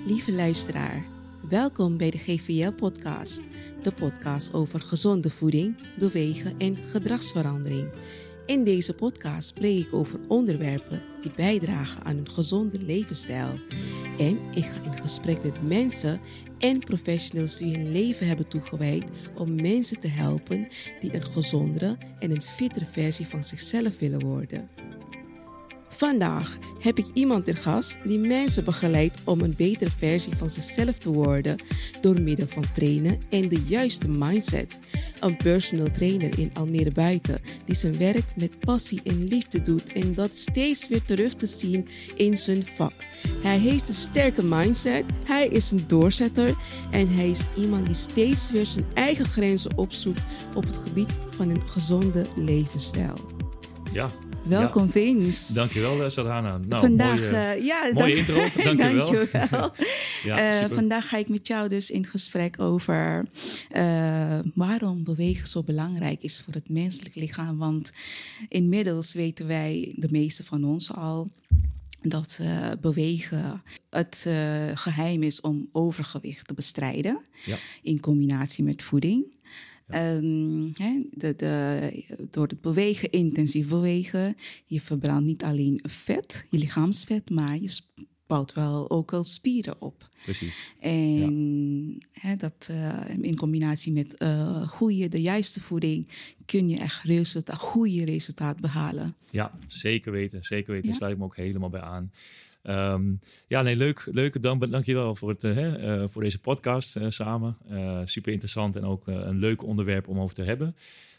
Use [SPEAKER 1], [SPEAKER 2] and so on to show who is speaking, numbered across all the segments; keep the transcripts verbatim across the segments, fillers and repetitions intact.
[SPEAKER 1] Lieve luisteraar, welkom bij de G V L-podcast. De podcast over gezonde voeding, bewegen en gedragsverandering. In deze podcast spreek ik over onderwerpen die bijdragen aan een gezonde levensstijl. En ik ga in gesprek met mensen en professionals die hun leven hebben toegewijd om mensen te helpen die een gezondere en een fittere versie van zichzelf willen worden. Vandaag heb ik iemand ter gast die mensen begeleidt om een betere versie van zichzelf te worden door middel van trainen en de juiste mindset. Een personal trainer in Almere Buiten die zijn werk met passie en liefde doet en dat steeds weer terug te zien in zijn vak. Hij heeft een sterke mindset, hij is een doorzetter en hij is iemand die steeds weer zijn eigen grenzen opzoekt op het gebied van een gezonde levensstijl.
[SPEAKER 2] Ja.
[SPEAKER 1] Welkom,
[SPEAKER 2] ja.
[SPEAKER 1] Vince.
[SPEAKER 2] Dankjewel, Sadhana. Nou,
[SPEAKER 1] vandaag,
[SPEAKER 2] mooie,
[SPEAKER 1] uh, ja,
[SPEAKER 2] mooie
[SPEAKER 1] dank,
[SPEAKER 2] intro, dankjewel.
[SPEAKER 1] dankjewel.
[SPEAKER 2] ja,
[SPEAKER 1] uh, vandaag ga ik met jou dus in gesprek over uh, waarom bewegen zo belangrijk is voor het menselijk lichaam. Want inmiddels weten wij, de meeste van ons al, dat uh, bewegen het uh, geheim is om overgewicht te bestrijden. Ja. In combinatie met voeding. Ja. Um, he, de, de, door het bewegen, intensief bewegen, je verbrandt niet alleen vet, je lichaamsvet, maar je bouwt wel ook wel spieren op.
[SPEAKER 2] Precies.
[SPEAKER 1] En ja. he, dat, uh, in combinatie met uh, goede, de juiste voeding, kun je echt resultaat, goede resultaat behalen.
[SPEAKER 2] Ja, zeker weten. Zeker weten. Daar
[SPEAKER 1] ja.
[SPEAKER 2] sluit ik me ook helemaal bij aan. Um, ja, nee, leuk. leuk dank, dank je wel voor, het, uh, uh, voor deze podcast uh, samen. Uh, super interessant en ook uh, een leuk onderwerp om over te hebben.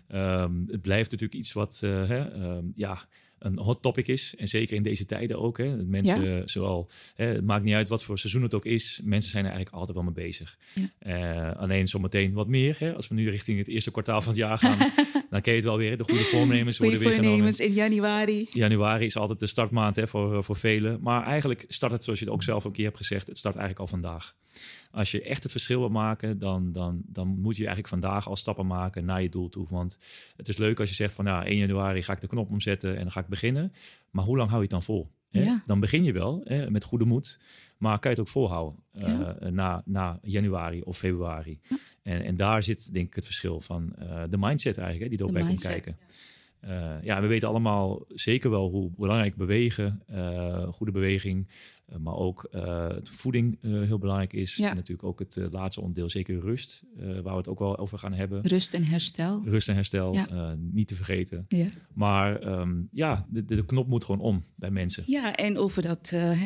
[SPEAKER 2] Um, het blijft natuurlijk iets wat uh, uh, ja, een hot topic is. En zeker in deze tijden ook. Hè. Mensen, ja. zowel, hè, het maakt niet uit wat voor seizoen het ook is. Mensen zijn er eigenlijk altijd wel mee bezig. Ja. Uh, alleen zometeen wat meer. Hè. Als we nu richting het eerste kwartaal van het jaar gaan, dan ken je het wel weer. De goede voornemens
[SPEAKER 1] goede
[SPEAKER 2] worden weer
[SPEAKER 1] voornemens
[SPEAKER 2] genomen.
[SPEAKER 1] in januari.
[SPEAKER 2] Januari is altijd de startmaand hè, voor, voor velen. Maar eigenlijk start het, zoals je het ook zelf een keer hebt gezegd, het start eigenlijk al vandaag. Als je echt het verschil wil maken, dan, dan, dan moet je eigenlijk vandaag al stappen maken naar je doel toe. Want het is leuk als je zegt van nou, één januari ga ik de knop omzetten en dan ga ik beginnen. Maar hoe lang hou je het dan vol? Hè? Ja. Dan begin je wel hè, met goede moed. Maar kan je het ook volhouden ja. uh, na, na januari of februari? Ja. En, en daar zit denk ik het verschil van uh, de mindset eigenlijk, hè, die er ook bij komt kijken. Ja. Uh, ja, we weten allemaal zeker wel hoe belangrijk bewegen, uh, goede beweging, uh, maar ook uh, voeding uh, heel belangrijk is. Ja. En natuurlijk ook het uh, laatste onderdeel, zeker rust, uh, waar we het ook wel over gaan hebben.
[SPEAKER 1] Rust en herstel.
[SPEAKER 2] Rust en herstel, ja. uh, niet te vergeten. Ja. Maar um, ja, de, de knop moet gewoon om bij mensen.
[SPEAKER 1] Ja, en over dat... Uh,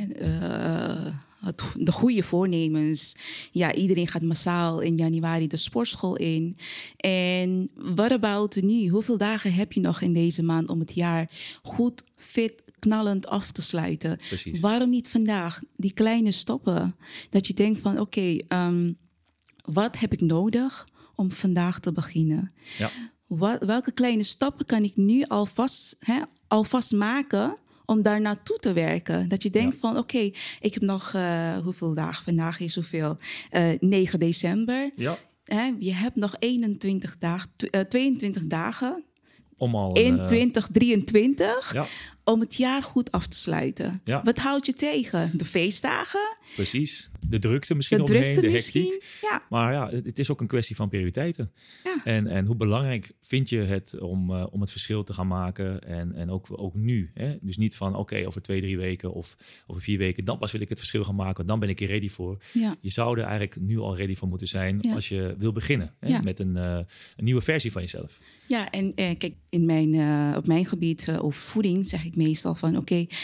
[SPEAKER 1] uh, Het, de goede voornemens. Ja, iedereen gaat massaal in januari de sportschool in. En what about nu? Hoeveel dagen heb je nog in deze maand om het jaar goed, fit, knallend af te sluiten?
[SPEAKER 2] Precies.
[SPEAKER 1] Waarom niet vandaag die kleine stappen? Dat je denkt van oké, okay, um, wat heb ik nodig om vandaag te beginnen? Ja. Wat, welke kleine stappen kan ik nu alvast, hè, alvast maken om daar naartoe te werken? Dat je denkt ja. van oké, okay, ik heb nog uh, hoeveel dagen? Vandaag is hoeveel? Uh, negen december. Ja. Hè, je hebt nog eenentwintig dagen, uh, tweeëntwintig dagen
[SPEAKER 2] om al
[SPEAKER 1] in
[SPEAKER 2] uh,
[SPEAKER 1] twintig drieëntwintig
[SPEAKER 2] ja.
[SPEAKER 1] om het jaar goed af te sluiten. Ja. Wat houdt je tegen? De feestdagen?
[SPEAKER 2] Precies. De drukte misschien
[SPEAKER 1] de
[SPEAKER 2] omheen,
[SPEAKER 1] drukte
[SPEAKER 2] de
[SPEAKER 1] misschien,
[SPEAKER 2] hectiek.
[SPEAKER 1] Ja.
[SPEAKER 2] Maar ja, het, het is ook een kwestie van prioriteiten. Ja. En, en hoe belangrijk vind je het om, uh, om het verschil te gaan maken? En, en ook, ook nu. Hè? Dus niet van oké, okay, over twee, drie weken of over vier weken, dan pas wil ik het verschil gaan maken. Dan ben ik er ready voor. Ja. Je zou er eigenlijk nu al ready voor moeten zijn ja. als je wil beginnen. Hè? Ja. Met een, uh, een nieuwe versie van jezelf.
[SPEAKER 1] Ja, en uh, kijk, in mijn, uh, op mijn gebied uh, over voeding zeg ik meestal van oké, okay,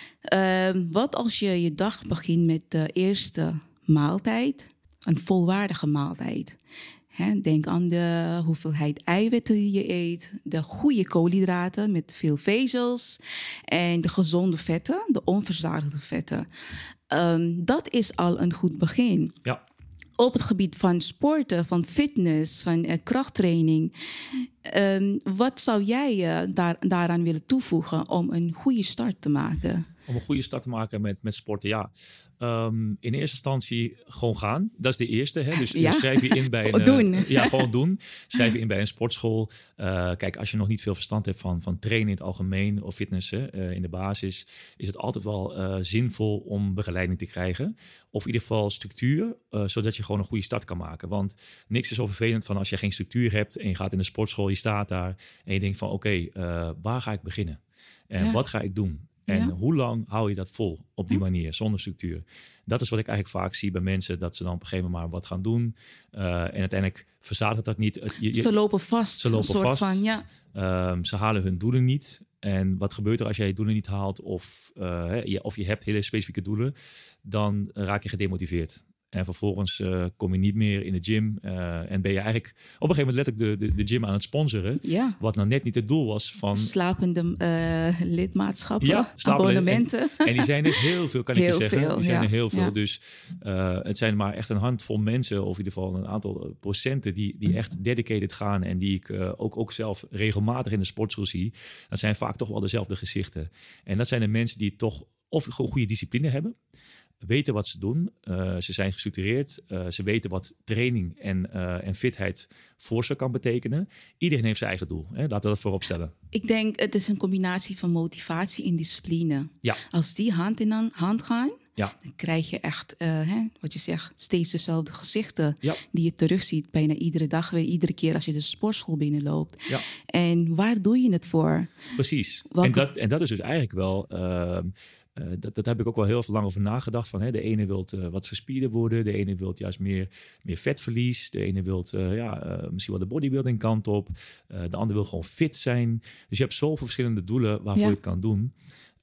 [SPEAKER 1] Uh, wat als je je dag begint met de eerste maaltijd, een volwaardige maaltijd. Hè, denk aan de hoeveelheid eiwitten die je eet, de goede koolhydraten met veel vezels en de gezonde vetten, de onverzadigde vetten. Um, dat is al een goed begin.
[SPEAKER 2] Ja.
[SPEAKER 1] Op het gebied van sporten, van fitness, van uh, krachttraining um, wat zou jij uh, daar, daaraan willen toevoegen om een goede start te maken?
[SPEAKER 2] Om een goede start te maken met, met sporten, ja. Um, in eerste instantie gewoon gaan. Dat is de eerste. Hè? Dus ja? schrijf je in bij een...
[SPEAKER 1] doen.
[SPEAKER 2] Uh, ja, gewoon doen. Schrijf je in bij een sportschool. Uh, kijk, als je nog niet veel verstand hebt van, van trainen in het algemeen of fitnessen uh, in de basis, is het altijd wel uh, zinvol om begeleiding te krijgen. Of in ieder geval structuur, uh, zodat je gewoon een goede start kan maken. Want niks is zo vervelend van als je geen structuur hebt en je gaat in de sportschool, je staat daar en je denkt van oké, okay, uh, waar ga ik beginnen? En ja. wat ga ik doen? En ja. hoe lang hou je dat vol op die manier, zonder structuur? Dat is wat ik eigenlijk vaak zie bij mensen, dat ze dan op een gegeven moment maar wat gaan doen. Uh, en uiteindelijk verzadigt dat niet. Het, je,
[SPEAKER 1] ze lopen vast.
[SPEAKER 2] Ze lopen
[SPEAKER 1] soort
[SPEAKER 2] vast.
[SPEAKER 1] Van, ja.
[SPEAKER 2] um, ze halen hun doelen niet. En wat gebeurt er als jij je doelen niet haalt of, uh, je, of je hebt hele specifieke doelen, dan raak je gedemotiveerd. En vervolgens uh, kom je niet meer in de gym. Uh, en ben je eigenlijk op een gegeven moment letterlijk de, de, de gym aan het sponsoren.
[SPEAKER 1] Ja.
[SPEAKER 2] Wat nou net niet het doel was van...
[SPEAKER 1] Slapende uh, lidmaatschappen,
[SPEAKER 2] ja,
[SPEAKER 1] abonnementen.
[SPEAKER 2] En, en die zijn er heel veel, kan heel ik je zeggen.
[SPEAKER 1] Veel,
[SPEAKER 2] die zijn
[SPEAKER 1] ja.
[SPEAKER 2] er heel veel.
[SPEAKER 1] Ja.
[SPEAKER 2] Dus uh, het zijn maar echt een handvol mensen, of in ieder geval een aantal procenten, die, die echt dedicated gaan. En die ik uh, ook, ook zelf regelmatig in de sportschool zie. Dat zijn vaak toch wel dezelfde gezichten. En dat zijn de mensen die toch of gewoon goede discipline hebben, weten wat ze doen. Uh, ze zijn gestructureerd. Uh, ze weten wat training en, uh, en fitheid voor ze kan betekenen. Iedereen heeft zijn eigen doel. Hè? Laten we dat voorop stellen.
[SPEAKER 1] Ik denk, het is een combinatie van motivatie en discipline.
[SPEAKER 2] Ja.
[SPEAKER 1] Als die hand in hand gaan,
[SPEAKER 2] ja.
[SPEAKER 1] dan krijg je echt, uh, hè, wat je zegt, steeds dezelfde gezichten
[SPEAKER 2] ja.
[SPEAKER 1] die je terugziet. Bijna iedere dag weer, iedere keer als je de sportschool binnenloopt.
[SPEAKER 2] Ja.
[SPEAKER 1] En waar doe je het voor?
[SPEAKER 2] Precies.
[SPEAKER 1] Welke...
[SPEAKER 2] En, dat, en dat is dus eigenlijk wel... Uh, Uh, dat, dat heb ik ook wel heel veel lang over nagedacht. Van, hè, de ene wil uh, wat gespierder worden. De ene wil juist meer, meer vetverlies. De ene wil uh, ja, uh, misschien wel de bodybuilding kant op. Uh, de ander wil gewoon fit zijn. Dus je hebt zoveel verschillende doelen waarvoor ja. je het kan doen.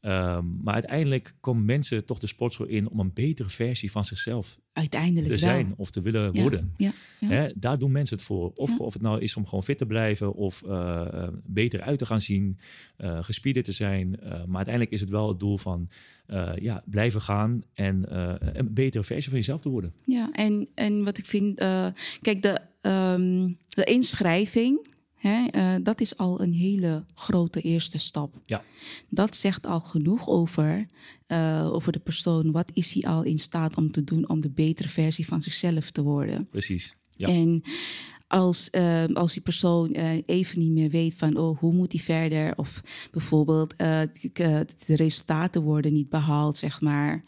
[SPEAKER 2] Um, maar uiteindelijk komen mensen toch de sportschool in om een betere versie van zichzelf
[SPEAKER 1] uiteindelijk
[SPEAKER 2] te
[SPEAKER 1] wel.
[SPEAKER 2] zijn of te willen
[SPEAKER 1] ja,
[SPEAKER 2] worden.
[SPEAKER 1] Ja, ja.
[SPEAKER 2] Hè, daar doen mensen het voor. Of,
[SPEAKER 1] ja.
[SPEAKER 2] of het nou is om gewoon fit te blijven of uh, uh, beter uit te gaan zien, uh, gespierder te zijn. Uh, maar uiteindelijk is het wel het doel van uh, ja, blijven gaan en uh, een betere versie van jezelf te worden.
[SPEAKER 1] Ja, en, en wat ik vind, uh, kijk, de, um, de inschrijving, Hè, uh, dat is al een hele grote eerste stap.
[SPEAKER 2] Ja.
[SPEAKER 1] Dat zegt al genoeg over, uh, over de persoon. Wat is hij al in staat om te doen om de betere versie van zichzelf te worden?
[SPEAKER 2] Precies. Ja.
[SPEAKER 1] En als, uh, als die persoon uh, even niet meer weet van oh, hoe moet hij verder? Of bijvoorbeeld uh, de resultaten worden niet behaald, zeg maar.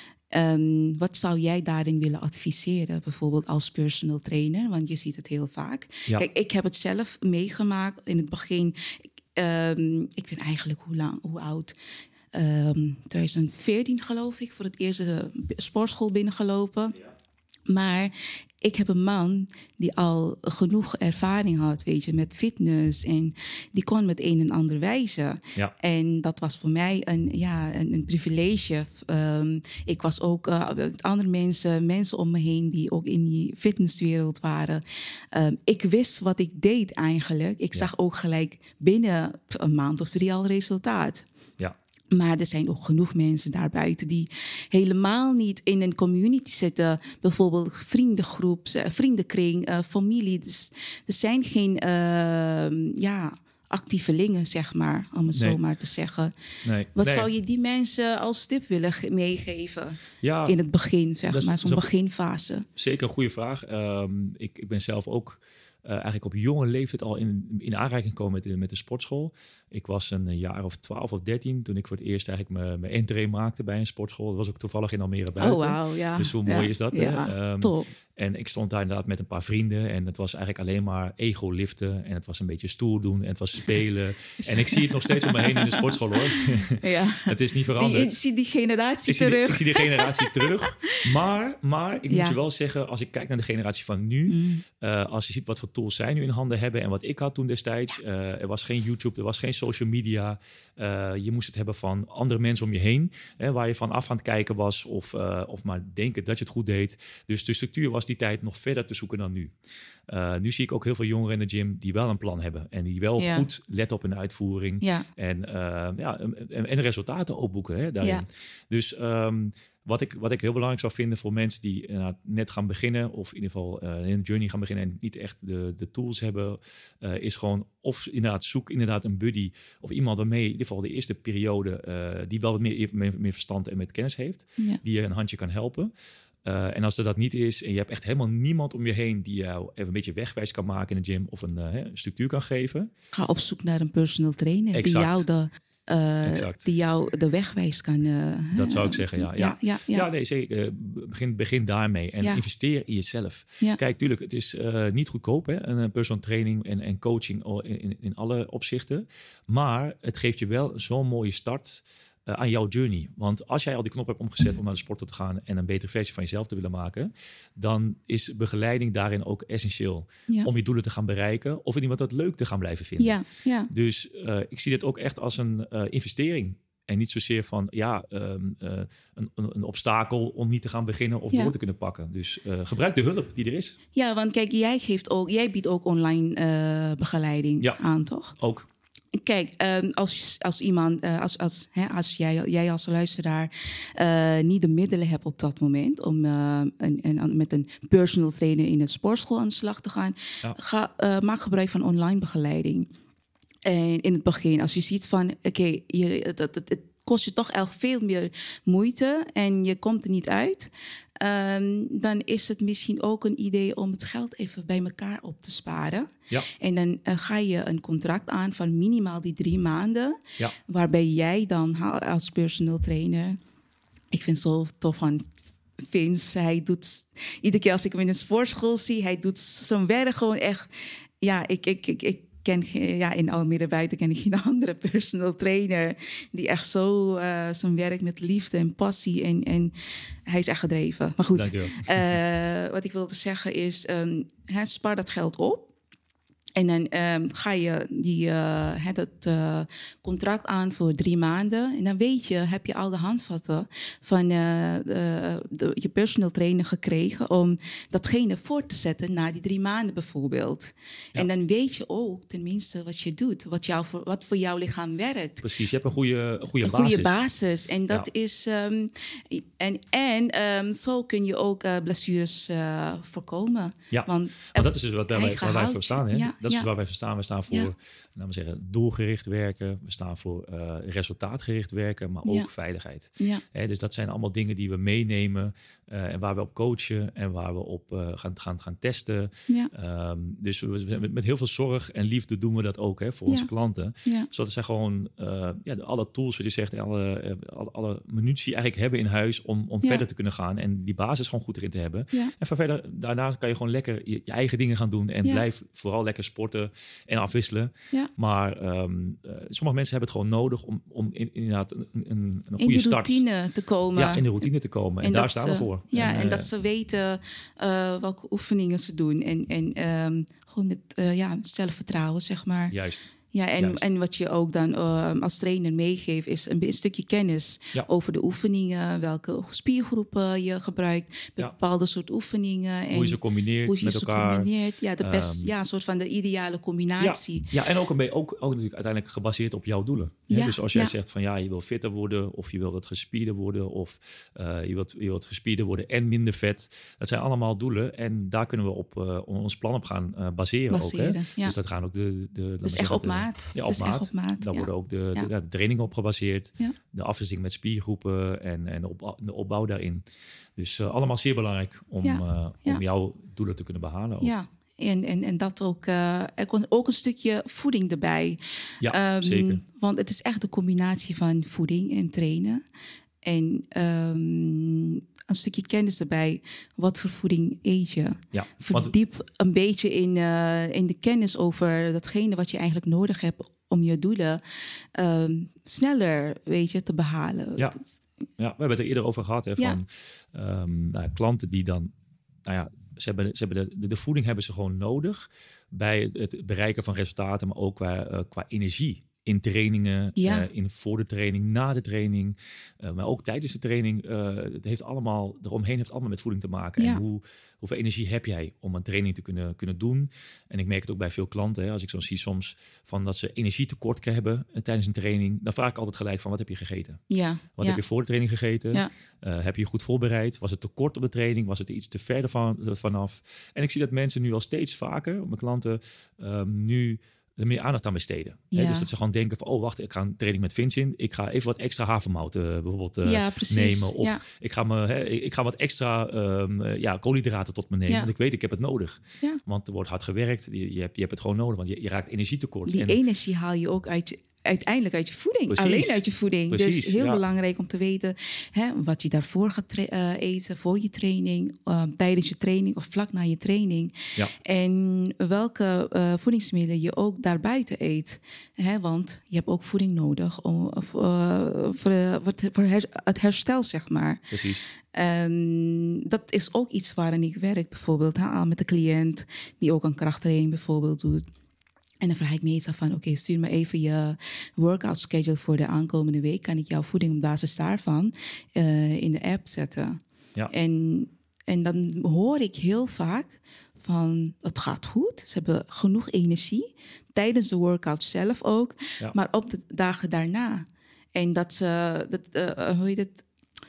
[SPEAKER 1] Um, wat zou jij daarin willen adviseren, bijvoorbeeld als personal trainer? Want je ziet het heel vaak. Ja. Kijk, ik heb het zelf meegemaakt in het begin. Um, ik ben eigenlijk hoe lang, hoe oud? Um, twintig veertien geloof ik, voor het eerst de sportschool binnengelopen. Ja. Maar ik heb een man die al genoeg ervaring had, weet je, met fitness. En die kon met een en ander wijzen.
[SPEAKER 2] Ja.
[SPEAKER 1] En dat was voor mij een, ja, een, een privilege. Um, ik was ook uh, met andere mensen, mensen om me heen die ook in die fitnesswereld waren. Um, ik wist wat ik deed eigenlijk. Ik ja. zag ook gelijk binnen een maand of drie al resultaat.
[SPEAKER 2] Ja.
[SPEAKER 1] Maar er zijn ook genoeg mensen daarbuiten die helemaal niet in een community zitten. Bijvoorbeeld vriendengroep, vriendenkring, uh, familie. Dus er zijn geen uh, ja, actievelingen, zeg maar, om het nee. zo maar te zeggen.
[SPEAKER 2] Nee.
[SPEAKER 1] Wat
[SPEAKER 2] nee.
[SPEAKER 1] zou je die mensen als tip willen ge- meegeven
[SPEAKER 2] ja,
[SPEAKER 1] in het begin, zeg
[SPEAKER 2] is,
[SPEAKER 1] maar, zo'n beginfase?
[SPEAKER 2] Zeker een goede vraag. Um, ik, ik ben zelf ook uh, eigenlijk op jonge leeftijd al in, in aanraking gekomen met de, met de sportschool. Ik was een jaar of twaalf of dertien toen ik voor het eerst eigenlijk mijn, mijn entree maakte bij een sportschool. Dat was ook toevallig in Almere buiten.
[SPEAKER 1] Oh, wow, ja.
[SPEAKER 2] Dus hoe mooi
[SPEAKER 1] ja.
[SPEAKER 2] is dat?
[SPEAKER 1] Ja,
[SPEAKER 2] hè? Um,
[SPEAKER 1] top.
[SPEAKER 2] En ik stond daar inderdaad met een paar vrienden. En het was eigenlijk alleen maar ego-liften. En het was een beetje stoer doen. En het was spelen. En ik zie het nog steeds om me heen in de sportschool, hoor. Ja. Het is niet veranderd.
[SPEAKER 1] Ik zie die generatie
[SPEAKER 2] ik zie
[SPEAKER 1] terug.
[SPEAKER 2] Die, ik zie die generatie terug. Maar, maar ik ja. moet je wel zeggen, als ik kijk naar de generatie van nu. Mm. Uh, als je ziet wat voor tools zij nu in handen hebben. En wat ik had toen destijds. Uh, er was geen YouTube, er was geen social media. Uh, je moest het hebben van andere mensen om je heen. Hè, waar je van af aan het kijken was. Of, uh, of maar denken dat je het goed deed. Dus de structuur was was die tijd nog verder te zoeken dan nu. Uh, nu zie ik ook heel veel jongeren in de gym die wel een plan hebben. En die wel ja. goed letten op hun uitvoering. Ja. En, uh, ja, en, en resultaten opboeken hè, daarin. Ja. Dus um, wat, ik, wat ik heel belangrijk zou vinden voor mensen die uh, net gaan beginnen... of in ieder geval uh, een journey gaan beginnen... en niet echt de, de tools hebben... Uh, is gewoon of inderdaad zoek inderdaad een buddy... of iemand waarmee in ieder geval de eerste periode... Uh, die wel wat meer, meer, meer verstand en met kennis heeft... Ja. die je een handje kan helpen... Uh, en als er dat niet is en je hebt echt helemaal niemand om je heen... die jou even een beetje wegwijs kan maken in de gym... of een, uh, een structuur kan geven.
[SPEAKER 1] Ga op zoek naar een personal trainer exact. die jou de... Uh, die jou de wegwijs kan... Uh,
[SPEAKER 2] dat zou ik zeggen, ja. Ja,
[SPEAKER 1] ja, ja, ja.
[SPEAKER 2] ja nee, zeker. Uh, begin, begin daarmee. En ja. investeer in jezelf. Ja. Kijk, tuurlijk, het is uh, niet goedkoop, hè, een personal training en, en coaching in, in, in alle opzichten. Maar het geeft je wel zo'n mooie start... Uh, aan jouw journey. Want als jij al die knop hebt omgezet om naar de sporten te gaan en een betere versie van jezelf te willen maken, dan is begeleiding daarin ook essentieel ja. om je doelen te gaan bereiken of in iemand dat leuk te gaan blijven vinden.
[SPEAKER 1] Ja, ja.
[SPEAKER 2] Dus uh, ik zie dit ook echt als een uh, investering. En niet zozeer van ja, um, uh, een, een, een obstakel om niet te gaan beginnen of ja. door te kunnen pakken. Dus uh, gebruik de hulp die er is.
[SPEAKER 1] Ja, want kijk, jij geeft ook, jij biedt ook online uh, begeleiding ja. aan, toch?
[SPEAKER 2] Ook.
[SPEAKER 1] Kijk, um, als, als iemand, uh, als, als, hè, als jij, jij als luisteraar uh, niet de middelen hebt op dat moment om uh, een, een, met een personal trainer in een sportschool aan de slag te gaan, ja. ga, uh, maak gebruik van online begeleiding. En in het begin, als je ziet van, oké, okay, het, het, het kost je toch echt veel meer moeite en je komt er niet uit. Um, dan is het misschien ook een idee om het geld even bij elkaar op te sparen.
[SPEAKER 2] Ja.
[SPEAKER 1] En dan uh, ga je een contract aan van minimaal die drie maanden.
[SPEAKER 2] Ja.
[SPEAKER 1] Waarbij jij dan als personal trainer... Ik vind het zo tof van Vince. Hij doet... Iedere keer als ik hem in een sportschool zie... Hij doet zijn werk gewoon echt... Ja, ik... ik, ik, ik ken, ja, in Almere buiten ken ik geen andere personal trainer die echt zo uh, zijn werk met liefde en passie en, en hij is echt gedreven. Maar goed, uh, wat ik wilde zeggen is, um, hè, spaar dat geld op. En dan um, ga je die, uh, dat uh, contract aan voor drie maanden. En dan weet je, heb je al de handvatten van uh, de, de, je personal trainer gekregen om datgene voor te zetten na die drie maanden bijvoorbeeld. Ja. En dan weet je ook tenminste wat je doet, wat, jou voor, wat voor jouw lichaam werkt.
[SPEAKER 2] Precies, je hebt een goede, een goede
[SPEAKER 1] een
[SPEAKER 2] basis.
[SPEAKER 1] Goede basis. En dat ja. is. Um, en en um, zo kun je ook uh, blessures uh, voorkomen.
[SPEAKER 2] Ja, want, want dat is dus wat wij, waar wij voor staan. Hè?
[SPEAKER 1] Ja.
[SPEAKER 2] Dat is
[SPEAKER 1] ja.
[SPEAKER 2] waar wij voor staan. We staan voor, ja. laten we zeggen, doelgericht werken. We staan voor uh, resultaatgericht werken, maar ook ja. veiligheid.
[SPEAKER 1] Ja.
[SPEAKER 2] He, dus dat zijn allemaal dingen die we meenemen uh, en waar we op coachen en waar we op uh, gaan, gaan, gaan testen.
[SPEAKER 1] Ja.
[SPEAKER 2] Um, dus we, met, met heel veel zorg en liefde doen we dat ook hè, voor ja. onze klanten.
[SPEAKER 1] Ja.
[SPEAKER 2] Zodat ze gewoon uh, ja, alle tools, zoals je zegt, alle, uh, alle, alle munitie eigenlijk hebben in huis om, om ja. verder te kunnen gaan en die basis gewoon goed erin te hebben.
[SPEAKER 1] Ja.
[SPEAKER 2] En van verder, daarna kan je gewoon lekker je, je eigen dingen gaan doen en ja. blijf vooral lekker sporten en afwisselen.
[SPEAKER 1] Ja.
[SPEAKER 2] Maar um, uh, sommige mensen hebben het gewoon nodig om, om in, inderdaad een, een, een goede
[SPEAKER 1] in de
[SPEAKER 2] start...
[SPEAKER 1] In routine te komen.
[SPEAKER 2] Ja, in de routine te komen. En, en daar staan
[SPEAKER 1] ze,
[SPEAKER 2] we voor.
[SPEAKER 1] Ja, en,
[SPEAKER 2] en,
[SPEAKER 1] en
[SPEAKER 2] uh,
[SPEAKER 1] dat ze weten uh, welke oefeningen ze doen. En, en um, gewoon met uh, ja, zelfvertrouwen, zeg maar.
[SPEAKER 2] Juist.
[SPEAKER 1] Ja, en, en wat je ook dan uh, als trainer meegeeft is een, een stukje kennis
[SPEAKER 2] ja.
[SPEAKER 1] over de oefeningen, welke spiergroepen je gebruikt, ja. bepaalde soort oefeningen. En
[SPEAKER 2] hoe je ze combineert
[SPEAKER 1] hoe je
[SPEAKER 2] met
[SPEAKER 1] ze
[SPEAKER 2] elkaar.
[SPEAKER 1] Combineert. Ja, de best, um, ja, een soort van de ideale combinatie.
[SPEAKER 2] Ja, ja en ook, een beetje, ook, ook natuurlijk uiteindelijk gebaseerd op jouw doelen.
[SPEAKER 1] Ja,
[SPEAKER 2] dus als jij
[SPEAKER 1] ja.
[SPEAKER 2] zegt van ja, je wil fitter worden of je wilt wat gespierder worden of uh, je, wilt, je wilt gespierder worden en minder vet. Dat zijn allemaal doelen en daar kunnen we op uh, ons plan op gaan uh, baseren.
[SPEAKER 1] baseren
[SPEAKER 2] ook, hè?
[SPEAKER 1] Ja.
[SPEAKER 2] Dus dat gaan ook de... de
[SPEAKER 1] dus echt op maat.
[SPEAKER 2] Ja, op maat.
[SPEAKER 1] Op maat.
[SPEAKER 2] Daar
[SPEAKER 1] ja.
[SPEAKER 2] worden ook de,
[SPEAKER 1] ja.
[SPEAKER 2] de, de trainingen op gebaseerd.
[SPEAKER 1] Ja.
[SPEAKER 2] De afwisseling met spiergroepen en, en de, op, de opbouw daarin. Dus uh, allemaal zeer belangrijk om,
[SPEAKER 1] ja.
[SPEAKER 2] uh, om
[SPEAKER 1] ja.
[SPEAKER 2] jouw doelen te kunnen behalen. Ook.
[SPEAKER 1] Ja, en, en, en dat ook. Uh, er komt ook een stukje voeding erbij.
[SPEAKER 2] Ja, um, zeker.
[SPEAKER 1] Want het is echt de combinatie van voeding en trainen. En um, een stukje kennis erbij. Wat voor voeding eet je?
[SPEAKER 2] Ja,
[SPEAKER 1] Verdiep want... een beetje in, uh, in de kennis over datgene wat je eigenlijk nodig hebt om je doelen um, sneller, weet je, te behalen.
[SPEAKER 2] Ja, ja, we hebben het er eerder over gehad. Hè, van ja. um, nou, klanten die dan... Nou ja, ze hebben, ze hebben de, de voeding hebben ze gewoon nodig bij het bereiken van resultaten, maar ook qua, uh, qua energie. in trainingen,
[SPEAKER 1] Ja.
[SPEAKER 2] uh, in voor de training, na de training, uh, maar ook tijdens de training. Uh, het heeft allemaal, eromheen heeft allemaal met voeding te maken.
[SPEAKER 1] Ja.
[SPEAKER 2] En hoe, hoeveel energie heb jij om een training te kunnen, kunnen doen? En ik merk het ook bij veel klanten, hè, als ik zo zie soms van dat ze energietekort hebben uh, tijdens een training, dan vraag ik altijd gelijk van wat heb je gegeten?
[SPEAKER 1] Ja.
[SPEAKER 2] Wat
[SPEAKER 1] ja.
[SPEAKER 2] heb je voor de training gegeten?
[SPEAKER 1] Ja.
[SPEAKER 2] Uh, heb je je goed voorbereid? Was het te kort op de training? Was het iets te verder van, vanaf? En ik zie dat mensen nu al steeds vaker, mijn klanten, um, nu er meer aandacht aan besteden.
[SPEAKER 1] Ja.
[SPEAKER 2] Hè? Dus dat ze gewoon denken van, oh wacht, ik ga een training met Vince in. Ik ga even wat extra havermout uh, bijvoorbeeld uh,
[SPEAKER 1] ja,
[SPEAKER 2] nemen. Of
[SPEAKER 1] ja.
[SPEAKER 2] ik, ga me, hè, ik ga wat extra um, uh, ja, koolhydraten tot me nemen.
[SPEAKER 1] Ja.
[SPEAKER 2] Want ik weet, ik heb het nodig.
[SPEAKER 1] Ja.
[SPEAKER 2] Want er wordt hard gewerkt. Je, je, hebt, je hebt het gewoon nodig, want je, je raakt energietekort.
[SPEAKER 1] Die
[SPEAKER 2] en,
[SPEAKER 1] energie haal je ook uit... uiteindelijk uit je voeding.
[SPEAKER 2] Precies.
[SPEAKER 1] Alleen uit je voeding.
[SPEAKER 2] Precies,
[SPEAKER 1] dus heel
[SPEAKER 2] ja.
[SPEAKER 1] belangrijk om te weten hè, wat je daarvoor gaat tra- uh, eten, voor je training, um, tijdens je training of vlak na je training.
[SPEAKER 2] Ja.
[SPEAKER 1] En welke uh, voedingsmiddelen je ook daarbuiten eet. Hè, want je hebt ook voeding nodig om, uh, voor, uh, voor her- het herstel, zeg maar.
[SPEAKER 2] Precies.
[SPEAKER 1] Um, dat is ook iets waarin ik werk, bijvoorbeeld hè, met de cliënt die ook een krachttraining bijvoorbeeld doet. En dan vraag ik meestal van, oké, okay, stuur me even je workout schedule voor de aankomende week. Kan ik jouw voeding op basis daarvan uh, in de app zetten?
[SPEAKER 2] Ja.
[SPEAKER 1] En, en dan hoor ik heel vaak van, het gaat goed. Ze hebben genoeg energie, tijdens de workout zelf ook,
[SPEAKER 2] Ja.
[SPEAKER 1] maar op de dagen daarna. En dat ze, dat, uh, hoe heet het,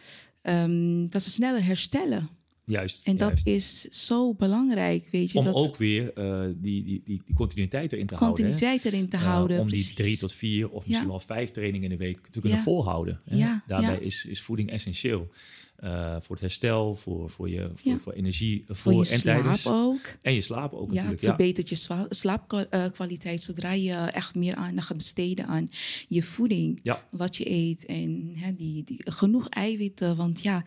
[SPEAKER 1] um, dat ze sneller herstellen.
[SPEAKER 2] Juist.
[SPEAKER 1] En dat
[SPEAKER 2] juist.
[SPEAKER 1] is zo belangrijk, weet je.
[SPEAKER 2] Om
[SPEAKER 1] dat
[SPEAKER 2] ook weer uh, die, die, die, die continuïteit erin te
[SPEAKER 1] continuïteit
[SPEAKER 2] houden.
[SPEAKER 1] erin te
[SPEAKER 2] Uh,
[SPEAKER 1] houden.
[SPEAKER 2] om
[SPEAKER 1] precies.
[SPEAKER 2] die drie tot vier of misschien
[SPEAKER 1] Ja.
[SPEAKER 2] wel vijf trainingen in de week te kunnen
[SPEAKER 1] Ja.
[SPEAKER 2] volhouden. Hè?
[SPEAKER 1] Ja,
[SPEAKER 2] Daarbij
[SPEAKER 1] ja.
[SPEAKER 2] Is, is voeding essentieel. Uh, voor het herstel, voor, voor, je, voor,
[SPEAKER 1] Ja.
[SPEAKER 2] voor energie, voor,
[SPEAKER 1] Voor je
[SPEAKER 2] en
[SPEAKER 1] slaap
[SPEAKER 2] tijdens.
[SPEAKER 1] ook.
[SPEAKER 2] En je slaap ook
[SPEAKER 1] Ja,
[SPEAKER 2] natuurlijk.
[SPEAKER 1] het verbetert je swa- slaapkwaliteit zodra je echt meer aandacht gaat besteden aan je voeding.
[SPEAKER 2] Ja.
[SPEAKER 1] Wat je eet en hè, die, die, genoeg eiwitten. Want ja,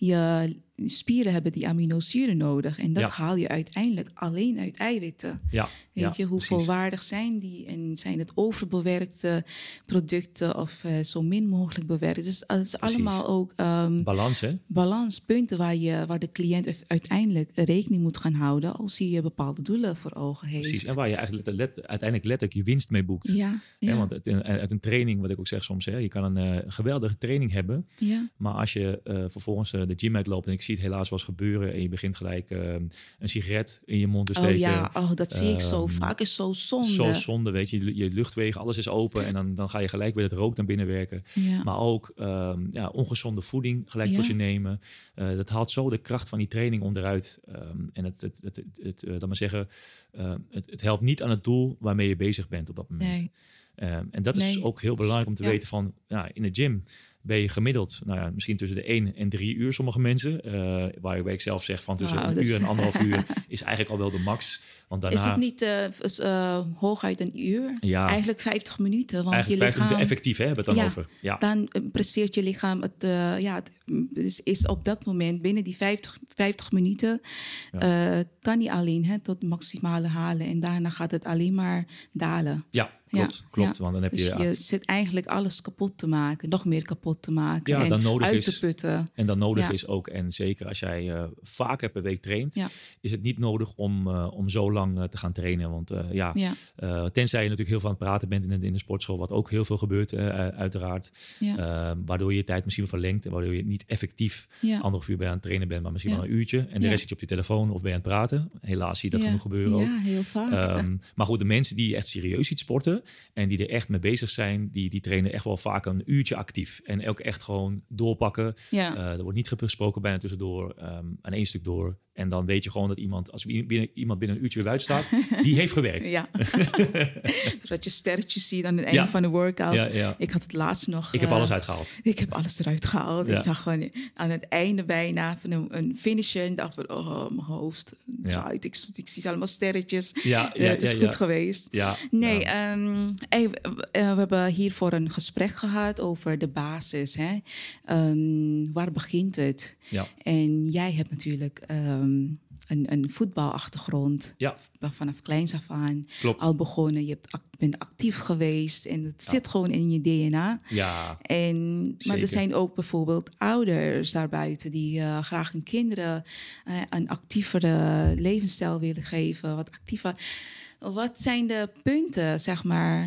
[SPEAKER 1] je spieren hebben die aminozuren nodig. En dat
[SPEAKER 2] Ja.
[SPEAKER 1] haal je uiteindelijk alleen uit eiwitten.
[SPEAKER 2] Ja,
[SPEAKER 1] Weet
[SPEAKER 2] ja,
[SPEAKER 1] je, hoe
[SPEAKER 2] precies.
[SPEAKER 1] volwaardig zijn die? En zijn het overbewerkte producten of uh, zo min mogelijk bewerkt? Dus dat is
[SPEAKER 2] Precies.
[SPEAKER 1] allemaal ook um,
[SPEAKER 2] Balans, hè?
[SPEAKER 1] balanspunten waar, je, waar de cliënt uiteindelijk rekening moet gaan houden als hij bepaalde doelen voor ogen heeft.
[SPEAKER 2] Precies. En waar je eigenlijk let, let, uiteindelijk letterlijk je winst mee boekt.
[SPEAKER 1] Ja, ja.
[SPEAKER 2] Hè, want uit, uit een training, wat ik ook zeg soms, hè, je kan een uh, geweldige training hebben.
[SPEAKER 1] Ja.
[SPEAKER 2] Maar als je uh, vervolgens uh, de gym uitloopt, en ik zie het helaas wel eens gebeuren, en je begint gelijk uh, een sigaret in je mond te steken.
[SPEAKER 1] Oh ja, oh, dat zie ik zo
[SPEAKER 2] Um,
[SPEAKER 1] vaak. Is zo zonde.
[SPEAKER 2] Zo zonde, weet je. Je luchtwegen, alles is open. En dan, dan ga je gelijk weer het rook naar binnen werken.
[SPEAKER 1] Ja.
[SPEAKER 2] Maar ook um, ja, ongezonde voeding gelijk
[SPEAKER 1] Ja.
[SPEAKER 2] tot je nemen. Uh, dat haalt zo de kracht van die training onderuit. Um, en het, het, het, het, het, uh, laat maar zeggen, uh, het, het helpt niet aan het doel waarmee je bezig bent op dat moment.
[SPEAKER 1] Nee.
[SPEAKER 2] Um, en dat is
[SPEAKER 1] Nee.
[SPEAKER 2] ook heel belangrijk om te
[SPEAKER 1] Ja.
[SPEAKER 2] weten van, ja, in de gym ben je gemiddeld, nou ja, misschien tussen de één en drie uur sommige mensen. Uh, waar ik zelf zeg van tussen
[SPEAKER 1] Wauw,
[SPEAKER 2] een
[SPEAKER 1] dat
[SPEAKER 2] uur
[SPEAKER 1] is-
[SPEAKER 2] en anderhalf uur is eigenlijk al wel de max. Want daarna
[SPEAKER 1] Is het niet uh, is, uh, hooguit een uur?
[SPEAKER 2] Ja.
[SPEAKER 1] Eigenlijk vijftig minuten. Want
[SPEAKER 2] eigenlijk
[SPEAKER 1] je
[SPEAKER 2] vijf minuten
[SPEAKER 1] lichaam,
[SPEAKER 2] effectief, hè, hebben we het dan
[SPEAKER 1] Ja.
[SPEAKER 2] over. Ja.
[SPEAKER 1] dan uh, presteert je lichaam het, uh, ja, het is, is op dat moment binnen die vijftig, vijftig minuten uh, kan hij alleen hè, tot het maximale halen en daarna gaat het alleen maar dalen.
[SPEAKER 2] Ja, klopt.
[SPEAKER 1] Ja,
[SPEAKER 2] klopt.
[SPEAKER 1] ja.
[SPEAKER 2] Want dan heb
[SPEAKER 1] Dus
[SPEAKER 2] je,
[SPEAKER 1] je zit eigenlijk alles kapot te maken, nog meer kapot te maken
[SPEAKER 2] Ja,
[SPEAKER 1] en
[SPEAKER 2] dan nodig
[SPEAKER 1] uit
[SPEAKER 2] is-
[SPEAKER 1] te putten.
[SPEAKER 2] En dan nodig
[SPEAKER 1] Ja.
[SPEAKER 2] is ook, en zeker als jij uh, vaker per week traint,
[SPEAKER 1] Ja.
[SPEAKER 2] is het niet nodig om, uh, om zo lang uh, te gaan trainen. Want uh, ja,
[SPEAKER 1] Ja.
[SPEAKER 2] uh, tenzij je natuurlijk heel veel aan het praten bent in de, in de sportschool, wat ook heel veel gebeurt, uh, uiteraard.
[SPEAKER 1] Ja.
[SPEAKER 2] Uh, waardoor je je tijd misschien wel verlengt en waardoor je niet effectief
[SPEAKER 1] Ja.
[SPEAKER 2] anderhalf uur bij aan het trainen bent, maar misschien
[SPEAKER 1] Ja.
[SPEAKER 2] wel een uurtje. En de
[SPEAKER 1] Ja.
[SPEAKER 2] rest zit je op je telefoon of ben je aan het praten. Helaas zie je dat
[SPEAKER 1] Ja.
[SPEAKER 2] genoeg gebeuren ook.
[SPEAKER 1] Ja, heel vaak.
[SPEAKER 2] Um, maar goed, de mensen die echt serieus iets sporten en die er echt mee bezig zijn, die, die trainen echt wel vaak een uurtje actief. En ook echt gewoon doorpakken.
[SPEAKER 1] Ja.
[SPEAKER 2] Uh, er wordt niet gesproken bijna tussendoor, um, aan één stuk door. En dan weet je gewoon dat iemand, als binnen, iemand binnen een uurtje weer buiten staat, die heeft gewerkt.
[SPEAKER 1] Ja. Dat je sterretjes ziet aan het einde
[SPEAKER 2] Ja.
[SPEAKER 1] van de workout.
[SPEAKER 2] Ja, ja.
[SPEAKER 1] Ik had het laatst nog...
[SPEAKER 2] Ik heb
[SPEAKER 1] uh,
[SPEAKER 2] alles uitgehaald.
[SPEAKER 1] Ik heb alles eruit gehaald.
[SPEAKER 2] Ja.
[SPEAKER 1] Ik zag gewoon aan het einde bijna van een, een finisher en dacht van, oh, mijn hoofd draait. Ik, ik zie allemaal sterretjes.
[SPEAKER 2] Ja,
[SPEAKER 1] Uh,
[SPEAKER 2] ja,
[SPEAKER 1] het is
[SPEAKER 2] ja,
[SPEAKER 1] goed
[SPEAKER 2] ja.
[SPEAKER 1] geweest.
[SPEAKER 2] Ja,
[SPEAKER 1] Nee,
[SPEAKER 2] ja.
[SPEAKER 1] um, hey, we, uh, we hebben hiervoor een gesprek gehad over de basis. Hè? Um, waar begint het?
[SPEAKER 2] Ja.
[SPEAKER 1] En jij hebt natuurlijk um, een, een voetbalachtergrond.
[SPEAKER 2] Ja.
[SPEAKER 1] Vanaf kleins af aan
[SPEAKER 2] Klopt.
[SPEAKER 1] al begonnen. Je hebt, act- bent actief geweest en het
[SPEAKER 2] Ja.
[SPEAKER 1] zit gewoon in je D N A.
[SPEAKER 2] Ja,
[SPEAKER 1] En, maar
[SPEAKER 2] Zeker.
[SPEAKER 1] er zijn ook bijvoorbeeld ouders daarbuiten die uh, graag hun kinderen uh, een actievere levensstijl willen geven. Wat actiever. Wat zijn de punten, zeg maar,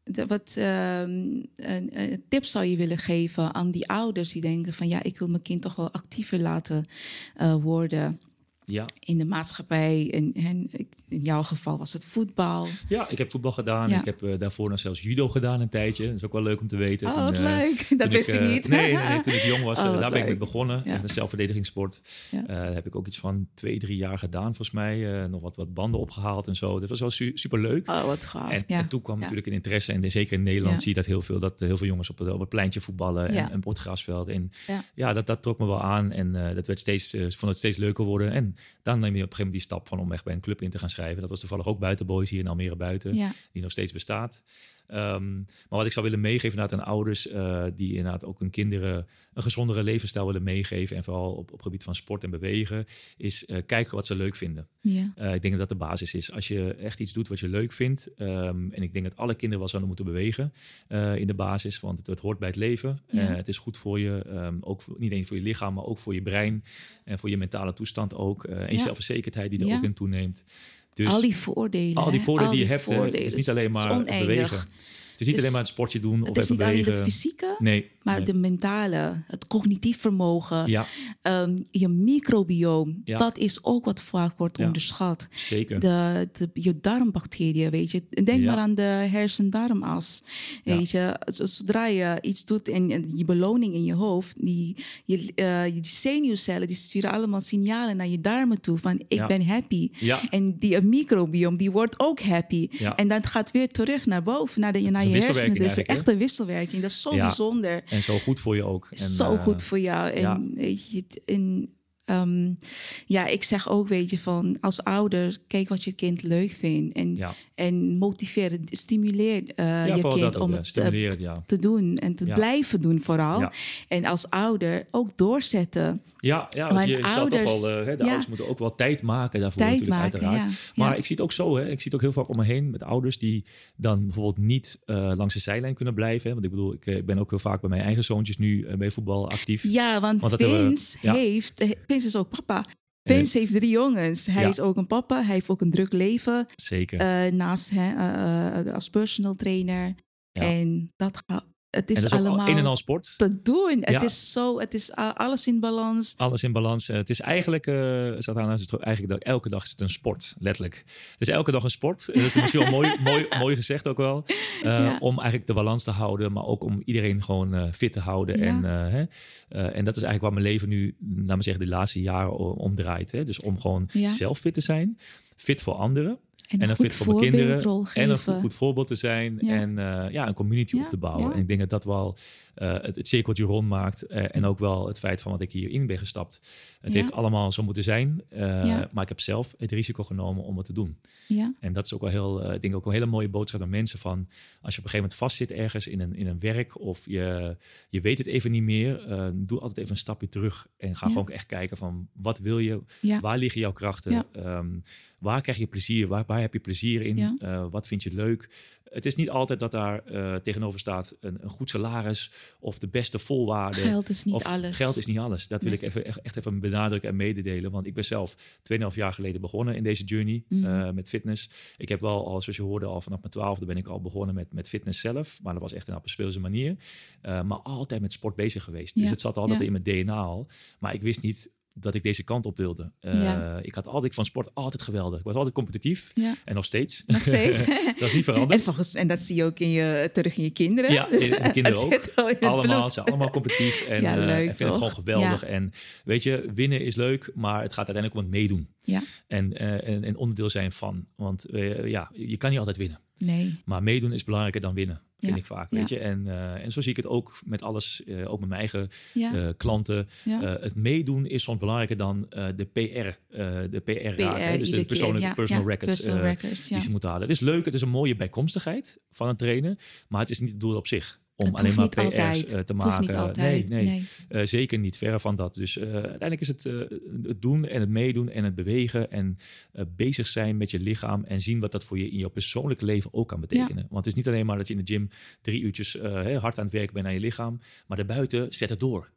[SPEAKER 1] de, wat uh, een, een tip zou je willen geven aan die ouders die denken van ja, ik wil mijn kind toch wel actiever laten uh, worden
[SPEAKER 2] Ja.
[SPEAKER 1] in de maatschappij? En, en in jouw geval was het voetbal.
[SPEAKER 2] Ja, ik heb voetbal gedaan.
[SPEAKER 1] Ja.
[SPEAKER 2] Ik heb uh, daarvoor nog zelfs judo gedaan een tijdje. Dat is ook wel leuk om te weten.
[SPEAKER 1] Oh,
[SPEAKER 2] toen,
[SPEAKER 1] wat
[SPEAKER 2] uh,
[SPEAKER 1] leuk. Dat wist ik, uh, ik niet.
[SPEAKER 2] Nee, nee, nee, toen ik jong was,
[SPEAKER 1] oh,
[SPEAKER 2] uh, daar ben
[SPEAKER 1] leuk.
[SPEAKER 2] ik mee begonnen.
[SPEAKER 1] Ja.
[SPEAKER 2] Echt een zelfverdedigingssport.
[SPEAKER 1] Ja.
[SPEAKER 2] Uh, daar heb ik ook iets van twee, drie jaar gedaan volgens mij. Uh, nog wat, wat banden opgehaald en zo. Dat was wel su- super leuk.
[SPEAKER 1] Oh, wat gaaf.
[SPEAKER 2] En,
[SPEAKER 1] ja.
[SPEAKER 2] en toen kwam
[SPEAKER 1] ja.
[SPEAKER 2] natuurlijk een interesse. En zeker in Nederland
[SPEAKER 1] ja.
[SPEAKER 2] zie je dat heel veel, dat heel veel jongens op het, op het pleintje voetballen.
[SPEAKER 1] Ja.
[SPEAKER 2] En een bordgrasveld. En
[SPEAKER 1] ja,
[SPEAKER 2] ja dat, dat trok me wel aan. En uh, dat werd steeds, uh, vond het steeds leuker worden. En dan neem je op een gegeven moment die stap van om echt bij een club in te gaan schrijven. Dat was toevallig ook Buitenboys hier in Almere Buiten.
[SPEAKER 1] Ja.
[SPEAKER 2] Die nog steeds bestaat. Um, maar wat ik zou willen meegeven inderdaad aan ouders uh, die inderdaad ook hun kinderen een gezondere levensstijl willen meegeven en vooral op, op het gebied van sport en bewegen, is uh, kijken wat ze leuk vinden.
[SPEAKER 1] Ja.
[SPEAKER 2] Uh, ik denk dat dat de basis is. Als je echt iets doet wat je leuk vindt, um, en ik denk dat alle kinderen wel zouden moeten bewegen uh, in de basis, want het, het hoort bij het leven. Ja. Uh, het is goed voor je, um, ook voor, niet alleen voor je lichaam, maar ook voor je brein en voor je mentale toestand ook. Uh, en je ja. zelfverzekerdheid die er ja. ook in toeneemt.
[SPEAKER 1] Dus al die voordelen.
[SPEAKER 2] Al die voordelen
[SPEAKER 1] die
[SPEAKER 2] die je hebt. Voordelen. Het is niet alleen maar bewegen. Het is niet
[SPEAKER 1] dus
[SPEAKER 2] alleen maar het sportje doen of
[SPEAKER 1] het is
[SPEAKER 2] even
[SPEAKER 1] niet
[SPEAKER 2] bewegen.
[SPEAKER 1] alleen het fysieke,
[SPEAKER 2] nee,
[SPEAKER 1] maar
[SPEAKER 2] nee.
[SPEAKER 1] de mentale, het cognitief vermogen,
[SPEAKER 2] ja.
[SPEAKER 1] um, je microbioom.
[SPEAKER 2] Ja.
[SPEAKER 1] Dat is ook wat vaak wordt
[SPEAKER 2] ja.
[SPEAKER 1] onderschat.
[SPEAKER 2] Zeker.
[SPEAKER 1] De, de, je darmbacteriën, weet je. Denk ja. maar aan de hersen-darmas. Weet ja. je, zodra je iets doet en, en je beloning in je hoofd, die, je, uh, die zenuwcellen, die sturen allemaal signalen naar je darmen toe van ik
[SPEAKER 2] ja.
[SPEAKER 1] ben happy.
[SPEAKER 2] Ja.
[SPEAKER 1] En die microbioom, die wordt ook happy.
[SPEAKER 2] Ja.
[SPEAKER 1] En dat gaat weer terug naar boven, naar, de, naar je hersenen. Dus echt een wisselwerking. Dat is zo
[SPEAKER 2] ja.
[SPEAKER 1] bijzonder.
[SPEAKER 2] En zo goed voor je ook. En,
[SPEAKER 1] zo uh, goed voor jou. En,
[SPEAKER 2] ja.
[SPEAKER 1] weet je, en um, ja, ik zeg ook, weet je, van als ouder, kijk wat je kind leuk vindt. En,
[SPEAKER 2] ja.
[SPEAKER 1] en motiveer, stimuleer uh, ja, je kind
[SPEAKER 2] ook,
[SPEAKER 1] om
[SPEAKER 2] ja.
[SPEAKER 1] het
[SPEAKER 2] uh, ja.
[SPEAKER 1] te doen. En te
[SPEAKER 2] ja.
[SPEAKER 1] blijven doen vooral. Ja. En als ouder ook doorzetten.
[SPEAKER 2] Ja, ja want je zou toch wel, uh, hè, de ja. ouders moeten ook wel tijd maken daarvoor
[SPEAKER 1] tijd
[SPEAKER 2] natuurlijk,
[SPEAKER 1] maken,
[SPEAKER 2] uiteraard.
[SPEAKER 1] Ja.
[SPEAKER 2] Maar
[SPEAKER 1] ja.
[SPEAKER 2] ik zie het ook zo, hè. Ik zie het ook heel vaak om me heen met ouders die dan bijvoorbeeld niet uh, langs de zijlijn kunnen blijven. Hè. Want ik bedoel, ik, ik ben ook heel vaak bij mijn eigen zoontjes nu uh, bij voetbal actief.
[SPEAKER 1] Ja, want, want Vince we, ja. heeft, Vince is ook papa. Vince heeft drie jongens. Hij ja. is ook een papa. Hij heeft ook een druk leven.
[SPEAKER 2] Zeker.
[SPEAKER 1] Uh, naast hè, uh, als personal trainer. Ja. En dat gaat. Het is,
[SPEAKER 2] en dat is
[SPEAKER 1] allemaal
[SPEAKER 2] een en al sport.
[SPEAKER 1] Te doen.
[SPEAKER 2] Ja.
[SPEAKER 1] Het is zo, het is uh, alles in balans.
[SPEAKER 2] Alles in balans. Uh, het is eigenlijk, uh, Satana, eigenlijk elke dag is het een sport, letterlijk. Het is elke dag een sport. Dat is misschien wel mooi, mooi, mooi gezegd ook wel. Uh, ja. Om eigenlijk de balans te houden, maar ook om iedereen gewoon uh, fit te houden. Ja. En, uh, hè, uh, en dat is eigenlijk waar mijn leven nu, laat me zeggen, de laatste jaren om draait. Hè. Dus om gewoon ja. zelf fit te zijn, fit voor anderen.
[SPEAKER 1] En,
[SPEAKER 2] en een fit voor mijn kinderen. En een goed, goed voorbeeld te zijn. Ja. En uh, ja, een community ja, op te bouwen. Ja. En ik denk dat dat wel uh, het, het cirkeltje rond maakt. Uh, en ook wel het feit van wat ik hierin ben gestapt. Het ja. heeft allemaal zo moeten zijn. Uh, ja. Maar ik heb zelf het risico genomen om het te doen.
[SPEAKER 1] Ja.
[SPEAKER 2] En dat is ook wel heel, uh, ik denk ook een hele mooie boodschap aan mensen. Van als je op een gegeven moment vastzit ergens in een, in een werk. Of je, je weet het even niet meer. Uh, doe altijd even een stapje terug. En ga ja. gewoon echt kijken van wat wil je? Ja. Waar liggen jouw krachten? Ja. Um, waar krijg je plezier? Waar, waar heb je plezier in? Ja. Uh, wat vind je leuk? Het is niet altijd dat daar uh, tegenover staat een, een goed salaris of de beste volwaarde.
[SPEAKER 1] Geld is niet
[SPEAKER 2] of,
[SPEAKER 1] alles.
[SPEAKER 2] Geld is niet alles. Dat wil nee. ik even, echt, echt even benadrukken en mededelen. Want ik ben zelf tweeënhalf jaar geleden begonnen in deze journey mm. uh, met fitness. Ik heb wel al, zoals je hoorde, al vanaf mijn twaalfde ben ik al begonnen met, met fitness zelf. Maar dat was echt op een speelse manier. Uh, maar altijd met sport bezig geweest. Dus ja. het zat altijd ja. in mijn D N A al. Maar ik wist niet dat ik deze kant op wilde. Uh, ja. Ik had altijd van sport altijd geweldig. Ik was altijd competitief. Ja. En nog steeds.
[SPEAKER 1] Nog steeds.
[SPEAKER 2] Dat is niet veranderd.
[SPEAKER 1] En, volgens, en dat zie je ook in je, terug in je kinderen.
[SPEAKER 2] Ja, en de kinderen ook. Allemaal, ze zijn allemaal competitief. En
[SPEAKER 1] ja, leuk,
[SPEAKER 2] uh, ik vind het gewoon geweldig. Ja. En weet je, winnen is leuk, maar het gaat uiteindelijk om het meedoen.
[SPEAKER 1] Ja.
[SPEAKER 2] En, uh, en, en onderdeel zijn van. Want uh, ja, je kan niet altijd winnen.
[SPEAKER 1] Nee.
[SPEAKER 2] Maar meedoen is belangrijker dan winnen. Vind ja. ik vaak, weet ja. je. En, uh, en zo zie ik het ook met alles, uh, ook met mijn eigen ja. uh, klanten. Ja. Uh, het meedoen is soms belangrijker dan uh, de P R. Uh, de P R, P R raken, dus de persoonlijke ja. personal ja. records, personal uh, records ja. die ze moeten halen. Het is leuk, het is een mooie bijkomstigheid van het trainen. Maar het is niet het doel op zich. Om het alleen maar P R's uh, te maken. Nee, nee, nee. Uh, zeker niet. Verre van dat. Dus uh, uiteindelijk is het uh, het doen en het meedoen en het bewegen en uh, bezig zijn met je lichaam en zien wat dat voor je in je persoonlijke leven ook kan betekenen. Ja. Want het is niet alleen maar dat je in de gym drie uurtjes uh, hard aan het werken bent aan je lichaam, maar daarbuiten zet het door.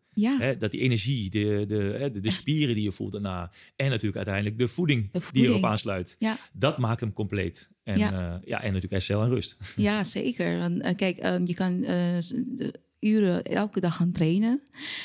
[SPEAKER 1] Ja.
[SPEAKER 2] Hè, dat die energie, de, de, de, de spieren die je voelt daarna. En natuurlijk uiteindelijk de voeding,
[SPEAKER 1] De voeding.
[SPEAKER 2] die erop aansluit.
[SPEAKER 1] Ja.
[SPEAKER 2] Dat maakt hem compleet. En,
[SPEAKER 1] Ja.
[SPEAKER 2] uh, ja, en natuurlijk herstel en rust.
[SPEAKER 1] Ja, zeker. Want, uh, kijk, um, je kan uh, de uren elke dag gaan trainen.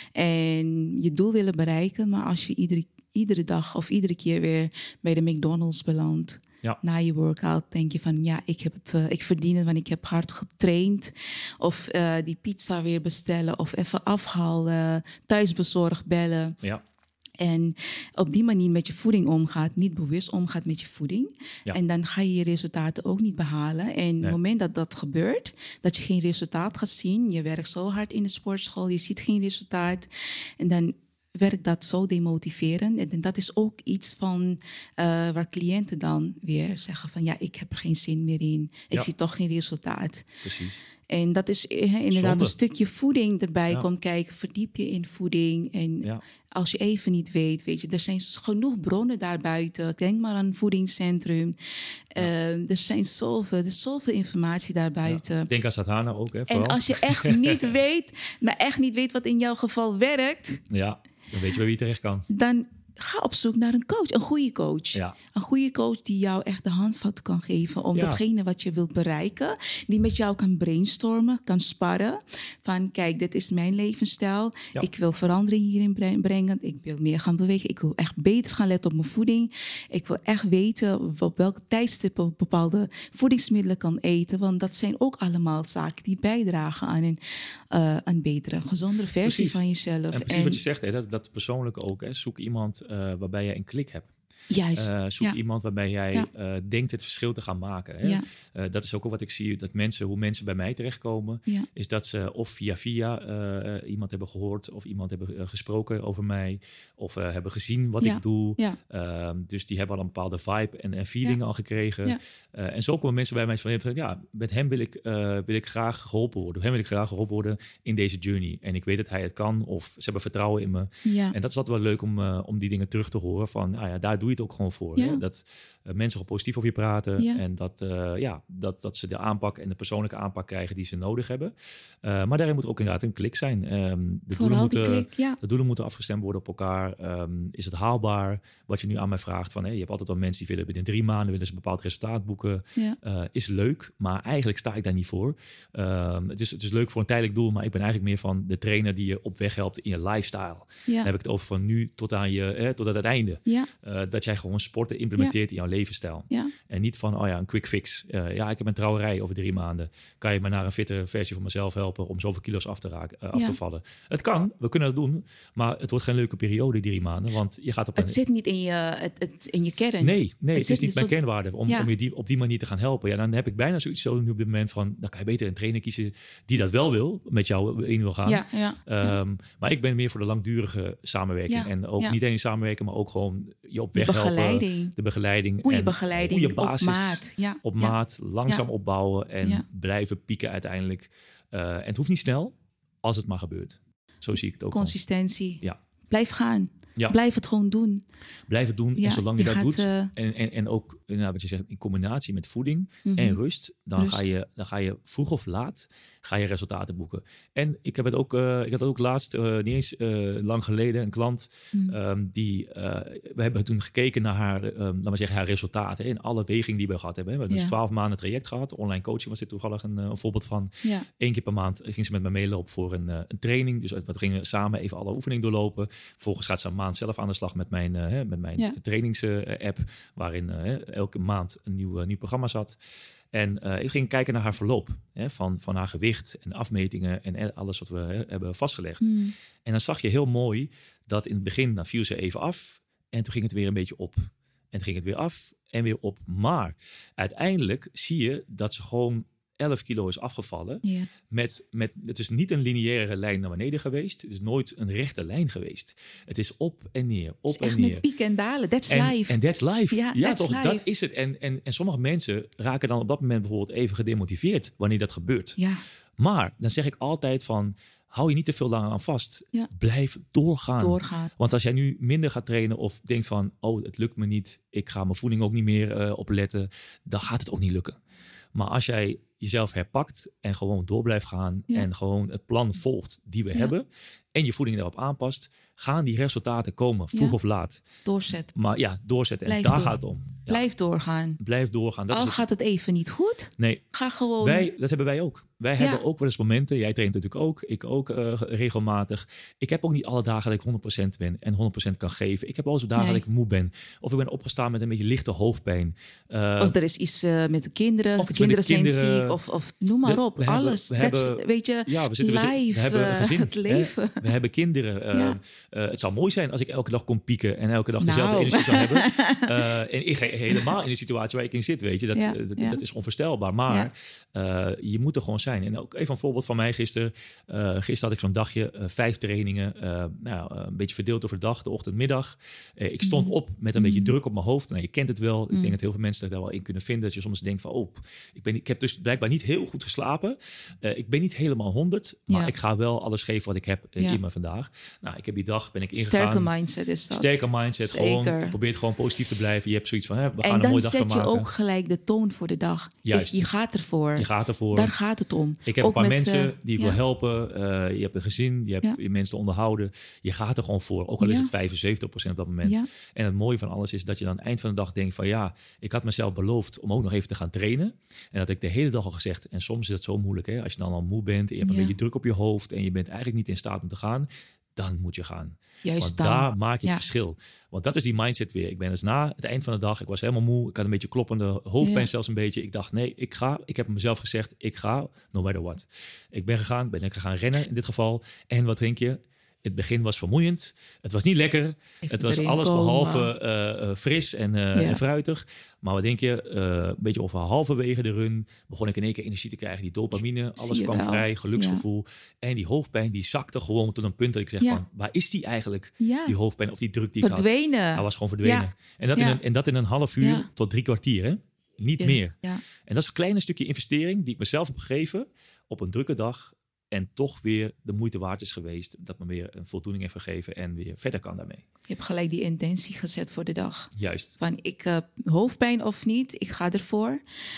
[SPEAKER 1] En je doel willen bereiken. Maar als je iedere, iedere dag of iedere keer weer bij de McDonald's belandt. Ja. Na je workout denk je van ja, ik, heb het, uh, ik verdien het, want ik heb hard getraind. Of uh, die pizza weer bestellen of even afhalen, thuisbezorgd bellen.
[SPEAKER 2] Ja.
[SPEAKER 1] En op die manier met je voeding omgaat, niet bewust omgaat met je voeding. Ja. En dan ga je je resultaten ook niet behalen. En op nee. het moment dat dat gebeurt, dat je geen resultaat gaat zien. Je werkt zo hard in de sportschool, je ziet geen resultaat. En dan werkt dat zo demotiverend. En dat is ook iets van uh, waar cliënten dan weer zeggen van ja, ik heb er geen zin meer in. Ik ja. zie toch geen resultaat.
[SPEAKER 2] Precies.
[SPEAKER 1] En dat is uh, inderdaad Zonde. Een stukje voeding erbij ja. komt kijken. Verdiep je in voeding. En ja. als je even niet weet, weet je, er zijn genoeg bronnen daarbuiten. Denk maar aan een voedingscentrum. Ja. Uh, er zijn zoveel, er is zoveel informatie daarbuiten.
[SPEAKER 2] Ja. Denk aan Sadhana ook, hè, vooral.
[SPEAKER 1] En als je echt niet weet, maar echt niet weet wat in jouw geval werkt.
[SPEAKER 2] Ja, dan weet je waar je terecht kan.
[SPEAKER 1] Dan ga op zoek naar een coach, een goede coach.
[SPEAKER 2] Ja.
[SPEAKER 1] Een goede coach die jou echt de handvat kan geven om ja. datgene wat je wilt bereiken. Die met jou kan brainstormen, kan sparren. Van kijk, dit is mijn levensstijl. Ja. Ik wil verandering hierin brengen. Ik wil meer gaan bewegen. Ik wil echt beter gaan letten op mijn voeding. Ik wil echt weten op welk tijdstip ik bepaalde voedingsmiddelen kan eten. Want dat zijn ook allemaal zaken die bijdragen aan een, uh, een betere, gezondere versie
[SPEAKER 2] precies.
[SPEAKER 1] van jezelf.
[SPEAKER 2] En precies en, wat je zegt, hè, dat, dat persoonlijke ook. Hè, zoek iemand Uh, waarbij je een klik hebt.
[SPEAKER 1] Juist.
[SPEAKER 2] Uh, zoek
[SPEAKER 1] ja.
[SPEAKER 2] iemand waarbij jij
[SPEAKER 1] ja.
[SPEAKER 2] uh, denkt het verschil te gaan maken. Hè?
[SPEAKER 1] Ja.
[SPEAKER 2] Uh, dat is ook al wat ik zie, dat mensen, hoe mensen bij mij terechtkomen, ja. is dat ze of via via uh, iemand hebben gehoord of iemand hebben uh, gesproken over mij of uh, hebben gezien wat ja. ik doe. Ja. Uh, dus die hebben al een bepaalde vibe en, en feeling ja. al gekregen. Ja. Uh, en zo komen mensen bij mij van, ja, met hem wil ik, uh, wil ik graag geholpen worden. Hem wil ik graag geholpen worden in deze journey. En ik weet dat hij het kan of ze hebben vertrouwen in me. Ja. En dat is altijd wel leuk om, uh, om die dingen terug te horen van, nou ja, daar doe je het ook gewoon voor. Ja. Hè? Dat uh, mensen gewoon positief over je praten. Ja. En dat, uh, ja, dat, dat ze de aanpak en de persoonlijke aanpak krijgen die ze nodig hebben. Uh, maar daarin moet er ook inderdaad een klik zijn. Um, de, doelen moeten, klik, ja. de doelen moeten afgestemd worden op elkaar. Um, is het haalbaar? Wat je nu aan mij vraagt. Van, hey, je hebt altijd wel mensen die willen binnen drie maanden willen ze een bepaald resultaat boeken. Ja. Uh, is leuk, maar eigenlijk sta ik daar niet voor. Um, het, is, het is leuk voor een tijdelijk doel, maar ik ben eigenlijk meer van de trainer die je op weg helpt in je lifestyle. Ja. Dan heb ik het over van nu tot aan je, eh, tot aan het einde. Ja. Uh, dat jij gewoon sporten implementeert ja. in jouw levensstijl. Ja. En niet van, oh ja, een quick fix. Uh, ja, ik heb een trouwerij over drie maanden. Kan je me naar een fitte versie van mezelf helpen om zoveel kilo's af te, raken, uh, af ja. te vallen? Het kan, we kunnen het doen, maar het wordt geen leuke periode, drie maanden. Want je gaat op
[SPEAKER 1] het
[SPEAKER 2] een...
[SPEAKER 1] zit niet in je, het, het, in je kern.
[SPEAKER 2] Nee, nee het, het is niet mijn
[SPEAKER 1] zo...
[SPEAKER 2] kernwaarde om, ja. om je die, op die manier te gaan helpen. Ja, dan heb ik bijna zoiets zo nu op dit moment van, dan kan je beter een trainer kiezen die dat wel wil, met jou in wil gaan. Ja, ja. Um, maar ik ben meer voor de langdurige samenwerking. Ja. En ook ja. niet alleen samenwerken, maar ook gewoon je op weg helpen. De begeleiding.
[SPEAKER 1] Goede
[SPEAKER 2] en
[SPEAKER 1] begeleiding.
[SPEAKER 2] Goede basis.
[SPEAKER 1] Op maat. Ja.
[SPEAKER 2] Op maat.
[SPEAKER 1] Ja.
[SPEAKER 2] Langzaam
[SPEAKER 1] ja.
[SPEAKER 2] opbouwen en
[SPEAKER 1] ja.
[SPEAKER 2] blijven pieken uiteindelijk. Uh, en het hoeft niet snel, als het maar gebeurt. Zo zie ik het ook.
[SPEAKER 1] Consistentie.
[SPEAKER 2] Ja.
[SPEAKER 1] Blijf gaan. Ja. Blijf het gewoon doen.
[SPEAKER 2] Blijf het doen. Ja, en zolang je, je dat gaat, doet. Uh, en, en, en ook nou, wat je zegt, in combinatie met voeding mm-hmm. en rust. Dan, rust. Ga je, dan ga je vroeg of laat ga je resultaten boeken. En ik heb het ook, uh, ik had het ook laatst, uh, niet eens uh, lang geleden, een klant. Mm. Um, die, uh, we hebben toen gekeken naar haar, um, laat maar zeggen, haar resultaten. Hè, in alle wegingen die we gehad hebben. Hè. We hebben ja. dus twaalf maanden traject gehad. Online coaching was dit toevallig een, een voorbeeld van. Ja. Eén keer per maand ging ze met me meelopen voor een, uh, een training. Dus we gingen samen even alle oefeningen doorlopen. Vervolgens gaat ze een maand zelf aan de slag met mijn, uh, met mijn ja. trainings-app. Uh, waarin uh, elke maand een nieuw, uh, nieuw programma zat. En uh, ik ging kijken naar haar verloop. Hè, van, van haar gewicht en afmetingen en alles wat we hè, hebben vastgelegd. Mm. En dan zag je heel mooi dat in het begin, dan viel ze even af. En toen ging het weer een beetje op. En toen ging het weer af en weer op. Maar uiteindelijk zie je dat ze gewoon elf kilo is afgevallen. Yeah. Met, met, het is niet een lineaire lijn naar beneden geweest. Het is nooit een rechte lijn geweest. Het is op en neer, op en neer.
[SPEAKER 1] Met pieken en dalen. That's
[SPEAKER 2] en,
[SPEAKER 1] life.
[SPEAKER 2] En that's life.
[SPEAKER 1] Ja,
[SPEAKER 2] ja
[SPEAKER 1] that's
[SPEAKER 2] toch,
[SPEAKER 1] life.
[SPEAKER 2] dat is het. En, en, en sommige mensen raken dan op dat moment bijvoorbeeld even gedemotiveerd wanneer dat gebeurt.
[SPEAKER 1] Ja.
[SPEAKER 2] Maar dan zeg ik altijd van, hou je niet te veel langer aan vast.
[SPEAKER 1] Ja.
[SPEAKER 2] Blijf doorgaan.
[SPEAKER 1] doorgaan.
[SPEAKER 2] Want als jij nu minder gaat trainen of denkt van, oh, het lukt me niet. Ik ga mijn voeding ook niet meer uh, opletten. Dan gaat het ook niet lukken. Maar als jij jezelf herpakt en gewoon door blijft gaan
[SPEAKER 1] Ja.
[SPEAKER 2] en gewoon het plan volgt die we
[SPEAKER 1] Ja.
[SPEAKER 2] hebben en je voeding daarop aanpast, gaan die resultaten komen, vroeg
[SPEAKER 1] Ja.
[SPEAKER 2] of laat.
[SPEAKER 1] Doorzet.
[SPEAKER 2] Maar ja, doorzetten. En
[SPEAKER 1] Blijf
[SPEAKER 2] daar
[SPEAKER 1] door.
[SPEAKER 2] gaat het om. Ja,
[SPEAKER 1] Blijf doorgaan.
[SPEAKER 2] blijf doorgaan. Dat
[SPEAKER 1] Al
[SPEAKER 2] is het.
[SPEAKER 1] gaat het even niet goed,
[SPEAKER 2] Nee,
[SPEAKER 1] ga gewoon...
[SPEAKER 2] wij, dat hebben wij ook. Wij
[SPEAKER 1] Ja.
[SPEAKER 2] hebben ook wel eens momenten. Jij traint natuurlijk ook. Ik ook uh, regelmatig. Ik heb ook niet alle dagen dat ik honderd procent ben en honderd procent kan geven. Ik heb wel eens dagen
[SPEAKER 1] Nee.
[SPEAKER 2] dat ik moe ben. Of ik ben opgestaan met een beetje lichte hoofdpijn. Uh,
[SPEAKER 1] Of er is iets uh, met de kinderen.
[SPEAKER 2] Of
[SPEAKER 1] De
[SPEAKER 2] iets met de
[SPEAKER 1] kinderen zijn
[SPEAKER 2] kinderen.
[SPEAKER 1] ziek. Of, of noem maar
[SPEAKER 2] We-
[SPEAKER 1] op.
[SPEAKER 2] we hebben-
[SPEAKER 1] Alles.
[SPEAKER 2] we
[SPEAKER 1] Dat is,
[SPEAKER 2] hebben-
[SPEAKER 1] weet je,
[SPEAKER 2] Ja, we zitten, we, zitten-
[SPEAKER 1] live,
[SPEAKER 2] we hebben een
[SPEAKER 1] uh,
[SPEAKER 2] gezin.
[SPEAKER 1] het
[SPEAKER 2] hè?
[SPEAKER 1] leven.
[SPEAKER 2] We hebben kinderen. Uh,
[SPEAKER 1] Ja.
[SPEAKER 2] uh, het zou mooi zijn als ik elke dag kon pieken en elke dag
[SPEAKER 1] Nou.
[SPEAKER 2] dezelfde energie zou hebben. Uh, en ik ga helemaal in de situatie waar ik in zit, weet je. Dat,
[SPEAKER 1] Ja,
[SPEAKER 2] uh, dat,
[SPEAKER 1] ja.
[SPEAKER 2] dat is onvoorstelbaar. Maar uh, je moet er gewoon zijn. En ook even een voorbeeld van mij gisteren. Uh, gisteren had ik zo'n dagje, uh, vijf trainingen. Uh, nou, uh, een beetje verdeeld over de dag, de ochtend, middag. Uh, ik stond
[SPEAKER 1] Mm.
[SPEAKER 2] op met een
[SPEAKER 1] Mm.
[SPEAKER 2] beetje druk op mijn hoofd. Nou, je kent het wel.
[SPEAKER 1] Mm.
[SPEAKER 2] Ik denk dat heel veel mensen daar wel in kunnen vinden. Dat je soms denkt van, oh, ik, ben, ik heb dus blijkbaar niet heel goed geslapen. Uh, ik ben niet helemaal honderd, maar
[SPEAKER 1] Ja.
[SPEAKER 2] ik ga wel alles geven wat ik heb uh,
[SPEAKER 1] Ja.
[SPEAKER 2] in me vandaag. Nou, ik heb die dag, ben ik ingegaan.
[SPEAKER 1] Sterke mindset is dat.
[SPEAKER 2] Sterke mindset, gewoon.
[SPEAKER 1] Zeker.
[SPEAKER 2] Je probeert gewoon positief te blijven. Je hebt zoiets van, hè, we gaan
[SPEAKER 1] En
[SPEAKER 2] een
[SPEAKER 1] dan
[SPEAKER 2] mooie dag van
[SPEAKER 1] zet je
[SPEAKER 2] maken.
[SPEAKER 1] ook gelijk de toon voor de dag.
[SPEAKER 2] Juist.
[SPEAKER 1] Je, je gaat ervoor.
[SPEAKER 2] Je gaat ervoor.
[SPEAKER 1] Daar gaat het om.
[SPEAKER 2] Ik heb
[SPEAKER 1] Ook
[SPEAKER 2] een paar
[SPEAKER 1] met,
[SPEAKER 2] mensen
[SPEAKER 1] uh,
[SPEAKER 2] die ik
[SPEAKER 1] ja.
[SPEAKER 2] wil helpen. Uh, je hebt een gezin, je hebt
[SPEAKER 1] Ja.
[SPEAKER 2] je mensen te onderhouden. Je gaat er gewoon voor. Ook al is
[SPEAKER 1] Ja.
[SPEAKER 2] het vijfenzeventig procent op dat moment.
[SPEAKER 1] Ja.
[SPEAKER 2] En het mooie van alles is dat je dan aan het eind van de dag denkt van ja, ik had mezelf beloofd om ook nog even te gaan trainen. En dat heb ik de hele dag al gezegd. En soms is het zo moeilijk, hè? Als je dan al moe bent en je hebt een
[SPEAKER 1] Ja.
[SPEAKER 2] beetje druk op je hoofd en je bent eigenlijk niet in staat om te gaan, dan moet je gaan.
[SPEAKER 1] Juist
[SPEAKER 2] Want
[SPEAKER 1] dan.
[SPEAKER 2] daar maak je het
[SPEAKER 1] Ja.
[SPEAKER 2] verschil. Want dat is die mindset weer. Ik ben dus na het eind van de dag, ik was helemaal moe. Ik had een beetje kloppende hoofdpijn
[SPEAKER 1] Ja.
[SPEAKER 2] zelfs een beetje. Ik dacht, nee, ik ga. Ik heb mezelf gezegd, ik ga, no matter what. Ik ben gegaan, ben ik gaan rennen in dit geval. En wat denk je? Het begin was vermoeiend. Het was niet lekker.
[SPEAKER 1] Even
[SPEAKER 2] het was
[SPEAKER 1] erin
[SPEAKER 2] alles
[SPEAKER 1] komen.
[SPEAKER 2] behalve uh, uh, fris en, uh,
[SPEAKER 1] Ja.
[SPEAKER 2] en fruitig. Maar wat denk je? Uh, een beetje over halverwege de run begon ik in één keer energie te krijgen. Die dopamine,
[SPEAKER 1] Zie
[SPEAKER 2] alles
[SPEAKER 1] je
[SPEAKER 2] kwam
[SPEAKER 1] wel.
[SPEAKER 2] vrij, geluksgevoel. En die hoofdpijn, die zakte gewoon tot een punt dat ik zeg
[SPEAKER 1] Ja.
[SPEAKER 2] van, waar is die eigenlijk?
[SPEAKER 1] Ja.
[SPEAKER 2] Die hoofdpijn of die druk die ik had.
[SPEAKER 1] Verdwenen.
[SPEAKER 2] Hij was gewoon verdwenen.
[SPEAKER 1] Ja.
[SPEAKER 2] En, dat
[SPEAKER 1] Ja.
[SPEAKER 2] in een, en dat in een half uur
[SPEAKER 1] Ja.
[SPEAKER 2] tot drie kwartier, hè? Niet
[SPEAKER 1] Ja.
[SPEAKER 2] meer.
[SPEAKER 1] Ja.
[SPEAKER 2] En dat is een klein stukje investering die ik mezelf heb gegeven op een drukke dag. En toch weer de moeite waard is geweest. Dat me weer een voldoening heeft gegeven en weer verder kan daarmee.
[SPEAKER 1] Je hebt gelijk die intentie gezet voor de dag.
[SPEAKER 2] Juist.
[SPEAKER 1] Van ik heb hoofdpijn of niet, ik ga ervoor.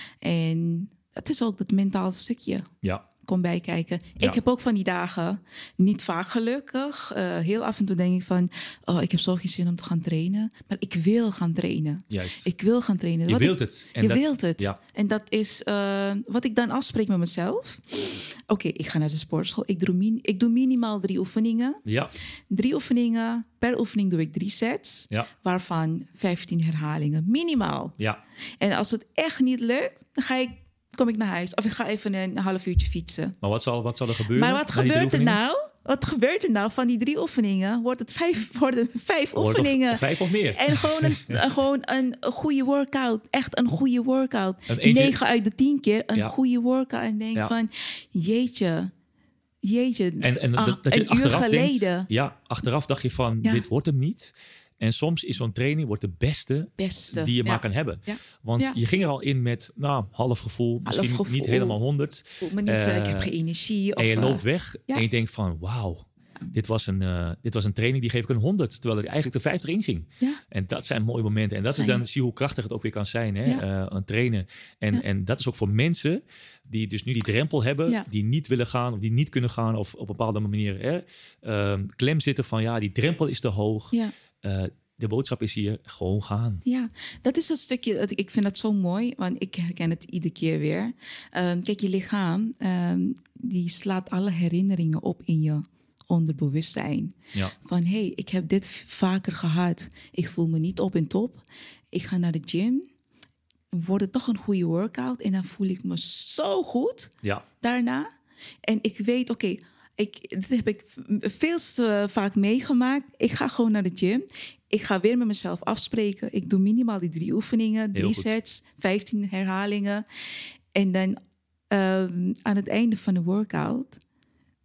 [SPEAKER 1] En dat is ook dat mentaal stukje.
[SPEAKER 2] Ja.
[SPEAKER 1] Kom bijkijken.
[SPEAKER 2] Ja.
[SPEAKER 1] Ik heb ook van die dagen, niet vaak gelukkig. Uh, heel af en toe denk ik van, oh, ik heb zo geen zin om te gaan trainen. Maar ik wil gaan trainen.
[SPEAKER 2] Juist.
[SPEAKER 1] Ik wil gaan trainen.
[SPEAKER 2] Je
[SPEAKER 1] Wat
[SPEAKER 2] wilt
[SPEAKER 1] ik,
[SPEAKER 2] het. En
[SPEAKER 1] je
[SPEAKER 2] dat,
[SPEAKER 1] wilt het.
[SPEAKER 2] Ja.
[SPEAKER 1] En dat is uh, wat ik dan afspreek met mezelf. Oké, okay, ik ga naar de sportschool. Ik doe, min, ik doe minimaal drie oefeningen.
[SPEAKER 2] Ja.
[SPEAKER 1] Drie oefeningen. Per oefening doe ik drie sets.
[SPEAKER 2] Ja.
[SPEAKER 1] Waarvan vijftien herhalingen. Minimaal.
[SPEAKER 2] Ja.
[SPEAKER 1] En als het echt niet lukt, dan ga ik, kom ik naar huis. Of ik ga even een half uurtje fietsen.
[SPEAKER 2] Maar wat zal, wat zal er gebeuren?
[SPEAKER 1] Maar wat gebeurt er nou? Wat gebeurt er nou? Van die drie oefeningen wordt het vijf, worden vijf
[SPEAKER 2] Wordt
[SPEAKER 1] oefeningen.
[SPEAKER 2] Of vijf of meer.
[SPEAKER 1] En gewoon een, gewoon een goede workout. Echt een goede workout.
[SPEAKER 2] Een eentje...
[SPEAKER 1] Negen uit de tien keer een
[SPEAKER 2] ja.
[SPEAKER 1] goede workout. En denk
[SPEAKER 2] ja.
[SPEAKER 1] van, jeetje... Jeetje,
[SPEAKER 2] en, en
[SPEAKER 1] ah,
[SPEAKER 2] dat, dat je
[SPEAKER 1] een
[SPEAKER 2] achteraf
[SPEAKER 1] uur geleden.
[SPEAKER 2] denkt, ja, achteraf dacht je van,
[SPEAKER 1] ja.
[SPEAKER 2] dit wordt hem niet. En soms is zo'n training wordt de beste,
[SPEAKER 1] beste.
[SPEAKER 2] die je
[SPEAKER 1] ja.
[SPEAKER 2] maar kan hebben.
[SPEAKER 1] Ja.
[SPEAKER 2] Want
[SPEAKER 1] ja.
[SPEAKER 2] je ging er al in met nou, half gevoel, misschien
[SPEAKER 1] half gevoel.
[SPEAKER 2] niet helemaal honderd.
[SPEAKER 1] Voel me niet, uh, ik heb geen energie. Of,
[SPEAKER 2] en je
[SPEAKER 1] uh,
[SPEAKER 2] loopt weg
[SPEAKER 1] ja.
[SPEAKER 2] en je denkt van, wauw. Dit was, een, uh, dit was een training die geef ik een honderd, terwijl ik eigenlijk de vijftig inging.
[SPEAKER 1] Ja.
[SPEAKER 2] En dat zijn mooie momenten. En dat
[SPEAKER 1] zijn...
[SPEAKER 2] is dan, zie hoe krachtig het ook weer kan zijn, hè?
[SPEAKER 1] Ja.
[SPEAKER 2] Uh, een trainen. En, ja. en dat is ook voor mensen die dus nu die drempel hebben, ja. die niet willen gaan of die niet kunnen gaan of op een bepaalde manier hè, uh, klem zitten van ja, die drempel is te hoog.
[SPEAKER 1] Ja.
[SPEAKER 2] Uh, de boodschap is hier, gewoon gaan.
[SPEAKER 1] Ja, dat is dat stukje, ik vind dat zo mooi, want ik herken het iedere keer weer. Um, kijk, je lichaam, um, die slaat alle herinneringen op in je onderbewustzijn.
[SPEAKER 2] Ja.
[SPEAKER 1] Van, hé, hey, ik heb dit vaker gehad. Ik voel me niet op en top. Ik ga naar de gym. Wordt het toch een goede workout. En dan voel ik me zo goed
[SPEAKER 2] ja.
[SPEAKER 1] daarna. En ik weet, oké, okay, ik, dit heb ik veel te vaak meegemaakt. Ik ga gewoon naar de gym. Ik ga weer met mezelf afspreken. Ik doe minimaal die drie oefeningen. Drie sets, vijftien herhalingen. En dan um, aan het einde van de workout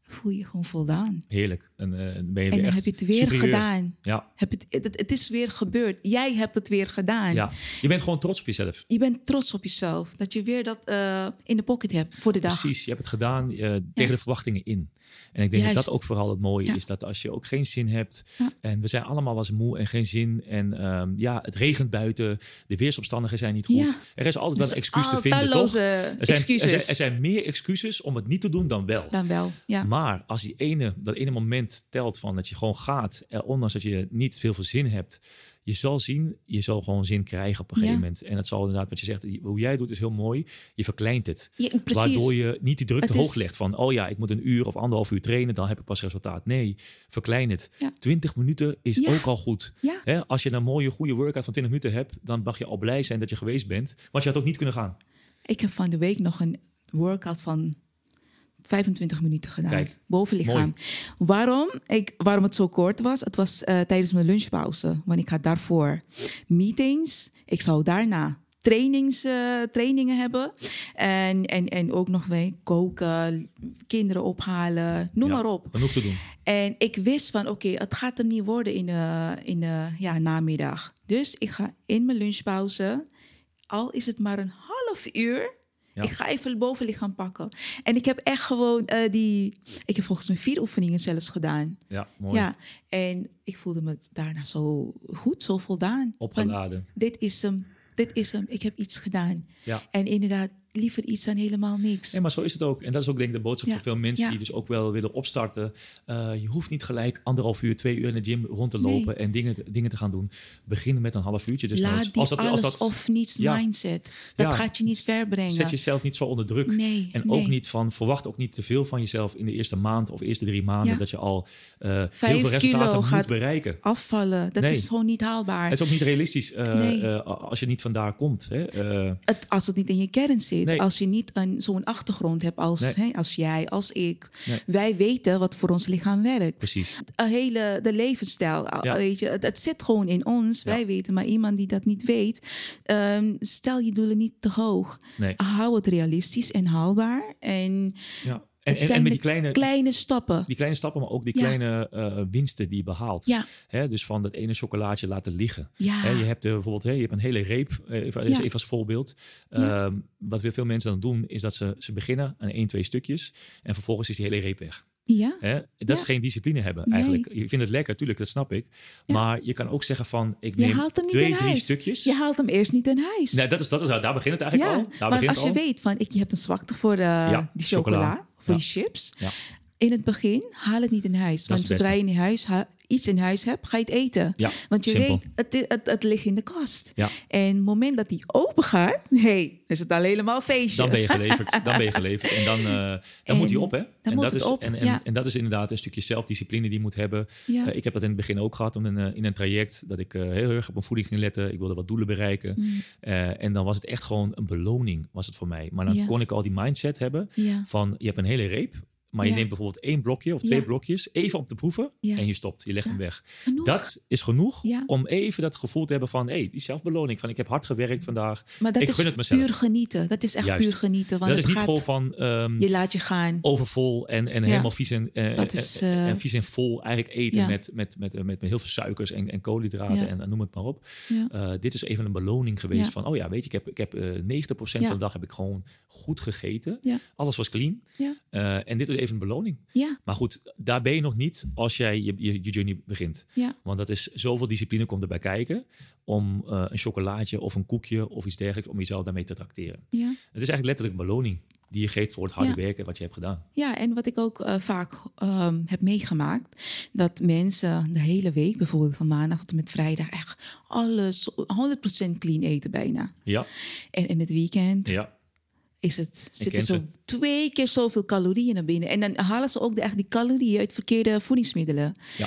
[SPEAKER 1] voel je gewoon voldaan.
[SPEAKER 2] Heerlijk. En, uh, ben je
[SPEAKER 1] en dan
[SPEAKER 2] echt
[SPEAKER 1] heb je het weer
[SPEAKER 2] superieur.
[SPEAKER 1] gedaan.
[SPEAKER 2] Ja.
[SPEAKER 1] Heb het, het, het is weer gebeurd. Jij hebt het weer gedaan.
[SPEAKER 2] Ja. Je bent gewoon trots op jezelf.
[SPEAKER 1] Je bent trots op jezelf. Dat je weer dat uh, in de pocket hebt voor de dag.
[SPEAKER 2] Precies, je hebt het gedaan uh, tegen
[SPEAKER 1] ja.
[SPEAKER 2] de verwachtingen in. En ik denk
[SPEAKER 1] Juist.
[SPEAKER 2] dat dat ook vooral het mooie
[SPEAKER 1] ja.
[SPEAKER 2] is. Dat als je ook geen zin hebt.
[SPEAKER 1] Ja.
[SPEAKER 2] En we zijn allemaal wel eens moe en geen zin. En um, ja, het regent buiten. De weersomstandigheden zijn niet goed.
[SPEAKER 1] Ja.
[SPEAKER 2] Er is altijd wel een excuus te vinden,
[SPEAKER 1] talloze
[SPEAKER 2] toch? Er zijn,
[SPEAKER 1] excuses.
[SPEAKER 2] er, zijn, er zijn meer excuses om het niet te doen dan wel.
[SPEAKER 1] Dan wel, ja.
[SPEAKER 2] Maar als die ene, dat ene moment telt van dat je gewoon gaat. Eh, ondanks dat je niet veel voor zin hebt. Je zal zien, je zal gewoon zin krijgen op een gegeven
[SPEAKER 1] ja.
[SPEAKER 2] moment. En dat zal inderdaad, wat je zegt, hoe jij doet is heel mooi. Je verkleint het.
[SPEAKER 1] Ja, precies.
[SPEAKER 2] Waardoor je niet die druk te
[SPEAKER 1] het
[SPEAKER 2] hoog
[SPEAKER 1] is...
[SPEAKER 2] legt van... oh ja, ik moet een uur of anderhalf uur trainen, dan heb ik pas resultaat. Nee, verklein het.
[SPEAKER 1] Ja.
[SPEAKER 2] twintig minuten is
[SPEAKER 1] ja.
[SPEAKER 2] ook al goed.
[SPEAKER 1] Ja.
[SPEAKER 2] Hè? Als je een mooie, goede workout van twintig minuten hebt... dan mag je al blij zijn dat je geweest bent. Want je had ook niet kunnen gaan.
[SPEAKER 1] Ik heb van de week nog een workout van vijfentwintig minuten gedaan.
[SPEAKER 2] Kijk,
[SPEAKER 1] bovenlichaam.
[SPEAKER 2] mooi.
[SPEAKER 1] Waarom? Ik, waarom het zo kort was? Het was uh, tijdens mijn lunchpauze. Want ik had daarvoor meetings. Ik zou daarna trainings, uh, trainingen hebben. En, en, en ook nog weer koken, kinderen ophalen, noem
[SPEAKER 2] ja,
[SPEAKER 1] maar op.
[SPEAKER 2] Genoeg te doen.
[SPEAKER 1] En ik wist van, oké, okay, het gaat hem niet worden in de, in de ja, namiddag. Dus ik ga in mijn lunchpauze, al is het maar een half uur... Ja. Ik ga even het bovenlichaam pakken. En ik heb echt gewoon uh, die... Ik heb volgens mij vier oefeningen zelfs gedaan.
[SPEAKER 2] Ja, mooi.
[SPEAKER 1] Ja, en ik voelde me daarna zo goed, zo voldaan.
[SPEAKER 2] Opgeladen.
[SPEAKER 1] Van, dit is hem, dit is hem. Ik heb iets gedaan.
[SPEAKER 2] Ja.
[SPEAKER 1] En inderdaad, liever iets dan helemaal niks.
[SPEAKER 2] Nee, maar zo is het ook. En dat is ook denk ik de boodschap
[SPEAKER 1] ja.
[SPEAKER 2] voor veel mensen
[SPEAKER 1] ja.
[SPEAKER 2] die dus ook wel willen opstarten. Uh, je hoeft niet gelijk anderhalf uur, twee uur in de gym rond te lopen nee. en dingen te, dingen te gaan doen. Begin met een half uurtje. Dus
[SPEAKER 1] Laat
[SPEAKER 2] noods.
[SPEAKER 1] die
[SPEAKER 2] als dat,
[SPEAKER 1] alles
[SPEAKER 2] als dat,
[SPEAKER 1] of niets ja. mindset. Dat ja. gaat je niet ver brengen.
[SPEAKER 2] Zet jezelf niet zo onder druk.
[SPEAKER 1] Nee,
[SPEAKER 2] en
[SPEAKER 1] nee.
[SPEAKER 2] ook niet van, verwacht ook niet te veel van jezelf in de eerste maand of eerste drie maanden. Ja. Dat je al uh, heel veel resultaten moet bereiken.
[SPEAKER 1] Afvallen, dat nee. is gewoon niet haalbaar.
[SPEAKER 2] Het is ook niet realistisch uh, nee. uh, als je niet vandaar komt. Hè. Uh,
[SPEAKER 1] het, als het niet in je kern zit.
[SPEAKER 2] Nee.
[SPEAKER 1] Als je niet een, zo'n achtergrond hebt als,
[SPEAKER 2] nee.
[SPEAKER 1] hè, als jij, als ik.
[SPEAKER 2] Nee.
[SPEAKER 1] Wij weten wat voor ons lichaam werkt.
[SPEAKER 2] Precies.
[SPEAKER 1] De hele de levensstijl, ja. weet je, het, het zit gewoon in ons. Ja. Wij weten, maar iemand die dat niet weet, um, stel je doelen niet te hoog.
[SPEAKER 2] Nee.
[SPEAKER 1] Hou het realistisch en haalbaar. En
[SPEAKER 2] ja. En, en, en met die kleine,
[SPEAKER 1] kleine stappen.
[SPEAKER 2] Die kleine stappen, maar ook die
[SPEAKER 1] ja.
[SPEAKER 2] kleine uh, winsten die je behaalt.
[SPEAKER 1] Ja.
[SPEAKER 2] Hè, dus van dat ene chocolaatje laten liggen.
[SPEAKER 1] Ja.
[SPEAKER 2] Hè, je hebt uh, bijvoorbeeld hè, je hebt een hele reep, even, ja. even als voorbeeld.
[SPEAKER 1] Ja.
[SPEAKER 2] Uh, wat veel mensen dan doen, is dat ze, ze beginnen aan één, twee stukjes. En vervolgens is die hele reep weg.
[SPEAKER 1] Ja.
[SPEAKER 2] Hè? Dat
[SPEAKER 1] ja.
[SPEAKER 2] is geen discipline hebben eigenlijk. Nee. Je vindt het lekker, tuurlijk, dat snap ik. Ja. Maar je kan ook zeggen van, ik neem twee, drie stukjes.
[SPEAKER 1] Je haalt hem eerst niet in huis.
[SPEAKER 2] Nee, dat is, dat is, daar begint het eigenlijk
[SPEAKER 1] ja.
[SPEAKER 2] al. Daar
[SPEAKER 1] maar als
[SPEAKER 2] al.
[SPEAKER 1] je weet van, ik, je hebt een zwakte voor uh,
[SPEAKER 2] ja.
[SPEAKER 1] die chocola, chocola. voor
[SPEAKER 2] ja.
[SPEAKER 1] die chips.
[SPEAKER 2] Ja.
[SPEAKER 1] In het begin, haal het niet in huis.
[SPEAKER 2] Dat
[SPEAKER 1] want zodra je in huis, ha- iets in huis hebt, ga je het eten.
[SPEAKER 2] Ja,
[SPEAKER 1] want je
[SPEAKER 2] simpel.
[SPEAKER 1] weet, het, het, het ligt in de kast.
[SPEAKER 2] Ja.
[SPEAKER 1] En het moment dat die open gaat, hey, is het al helemaal feestje.
[SPEAKER 2] Dan ben je geleverd. Dan ben je geleverd. En dan, uh, dan
[SPEAKER 1] en,
[SPEAKER 2] moet hij op, hè?
[SPEAKER 1] Dan
[SPEAKER 2] en,
[SPEAKER 1] moet
[SPEAKER 2] dat
[SPEAKER 1] het
[SPEAKER 2] is,
[SPEAKER 1] op,
[SPEAKER 2] en, en,
[SPEAKER 1] ja.
[SPEAKER 2] en dat is inderdaad een stukje zelfdiscipline die je moet hebben.
[SPEAKER 1] Ja.
[SPEAKER 2] Uh, ik heb dat in het begin ook gehad. In een, uh, in een traject dat ik uh, heel erg op mijn voeding ging letten. Ik wilde wat doelen bereiken. Mm. Uh, en dan was het echt gewoon een beloning, was het voor mij. Maar dan
[SPEAKER 1] ja.
[SPEAKER 2] kon ik al die mindset hebben
[SPEAKER 1] ja.
[SPEAKER 2] van, je hebt een hele reep. Maar je
[SPEAKER 1] ja.
[SPEAKER 2] neemt bijvoorbeeld één blokje of twee
[SPEAKER 1] ja.
[SPEAKER 2] blokjes even om te proeven
[SPEAKER 1] ja.
[SPEAKER 2] en je stopt. Je legt
[SPEAKER 1] ja.
[SPEAKER 2] hem weg.
[SPEAKER 1] Genoeg.
[SPEAKER 2] Dat is genoeg
[SPEAKER 1] ja.
[SPEAKER 2] om even dat gevoel te hebben van, hé, hey, die zelfbeloning van ik heb hard gewerkt vandaag.
[SPEAKER 1] Maar dat
[SPEAKER 2] ik
[SPEAKER 1] is
[SPEAKER 2] gun het mezelf.
[SPEAKER 1] puur genieten. Dat is echt
[SPEAKER 2] Juist.
[SPEAKER 1] puur genieten. Want
[SPEAKER 2] dat
[SPEAKER 1] het
[SPEAKER 2] is niet
[SPEAKER 1] gaat,
[SPEAKER 2] gewoon van um,
[SPEAKER 1] je laat je gaan.
[SPEAKER 2] overvol en, en
[SPEAKER 1] ja.
[SPEAKER 2] helemaal vies en, uh,
[SPEAKER 1] dat is, uh,
[SPEAKER 2] en vies en vol eigenlijk eten
[SPEAKER 1] ja.
[SPEAKER 2] met, met, met, met, met heel veel suikers en, en koolhydraten
[SPEAKER 1] ja.
[SPEAKER 2] en, en noem het maar op.
[SPEAKER 1] Ja.
[SPEAKER 2] Uh, dit is even een beloning geweest
[SPEAKER 1] ja.
[SPEAKER 2] van, oh ja, weet je, ik heb, ik heb uh, negentig procent
[SPEAKER 1] ja.
[SPEAKER 2] van de dag heb ik gewoon goed gegeten.
[SPEAKER 1] Ja.
[SPEAKER 2] Alles was clean.
[SPEAKER 1] Ja.
[SPEAKER 2] Uh, en dit is even een beloning.
[SPEAKER 1] Ja.
[SPEAKER 2] Maar goed, daar ben je nog niet als jij je, je, je journey begint.
[SPEAKER 1] Ja.
[SPEAKER 2] Want dat is zoveel discipline komt erbij kijken om uh, een chocolaatje of een koekje of iets dergelijks om jezelf daarmee te tracteren.
[SPEAKER 1] Ja.
[SPEAKER 2] Het is eigenlijk letterlijk een beloning die je geeft voor het harde
[SPEAKER 1] ja.
[SPEAKER 2] werken wat je hebt gedaan.
[SPEAKER 1] Ja, en wat ik ook uh, vaak um, heb meegemaakt, dat mensen de hele week, bijvoorbeeld van maandag tot en met vrijdag, echt alles honderd procent clean eten bijna.
[SPEAKER 2] Ja.
[SPEAKER 1] En in het weekend
[SPEAKER 2] ja.
[SPEAKER 1] is het, zitten zo twee keer zoveel calorieën naar binnen. En dan halen ze ook de, echt die calorieën uit verkeerde voedingsmiddelen.
[SPEAKER 2] Ja.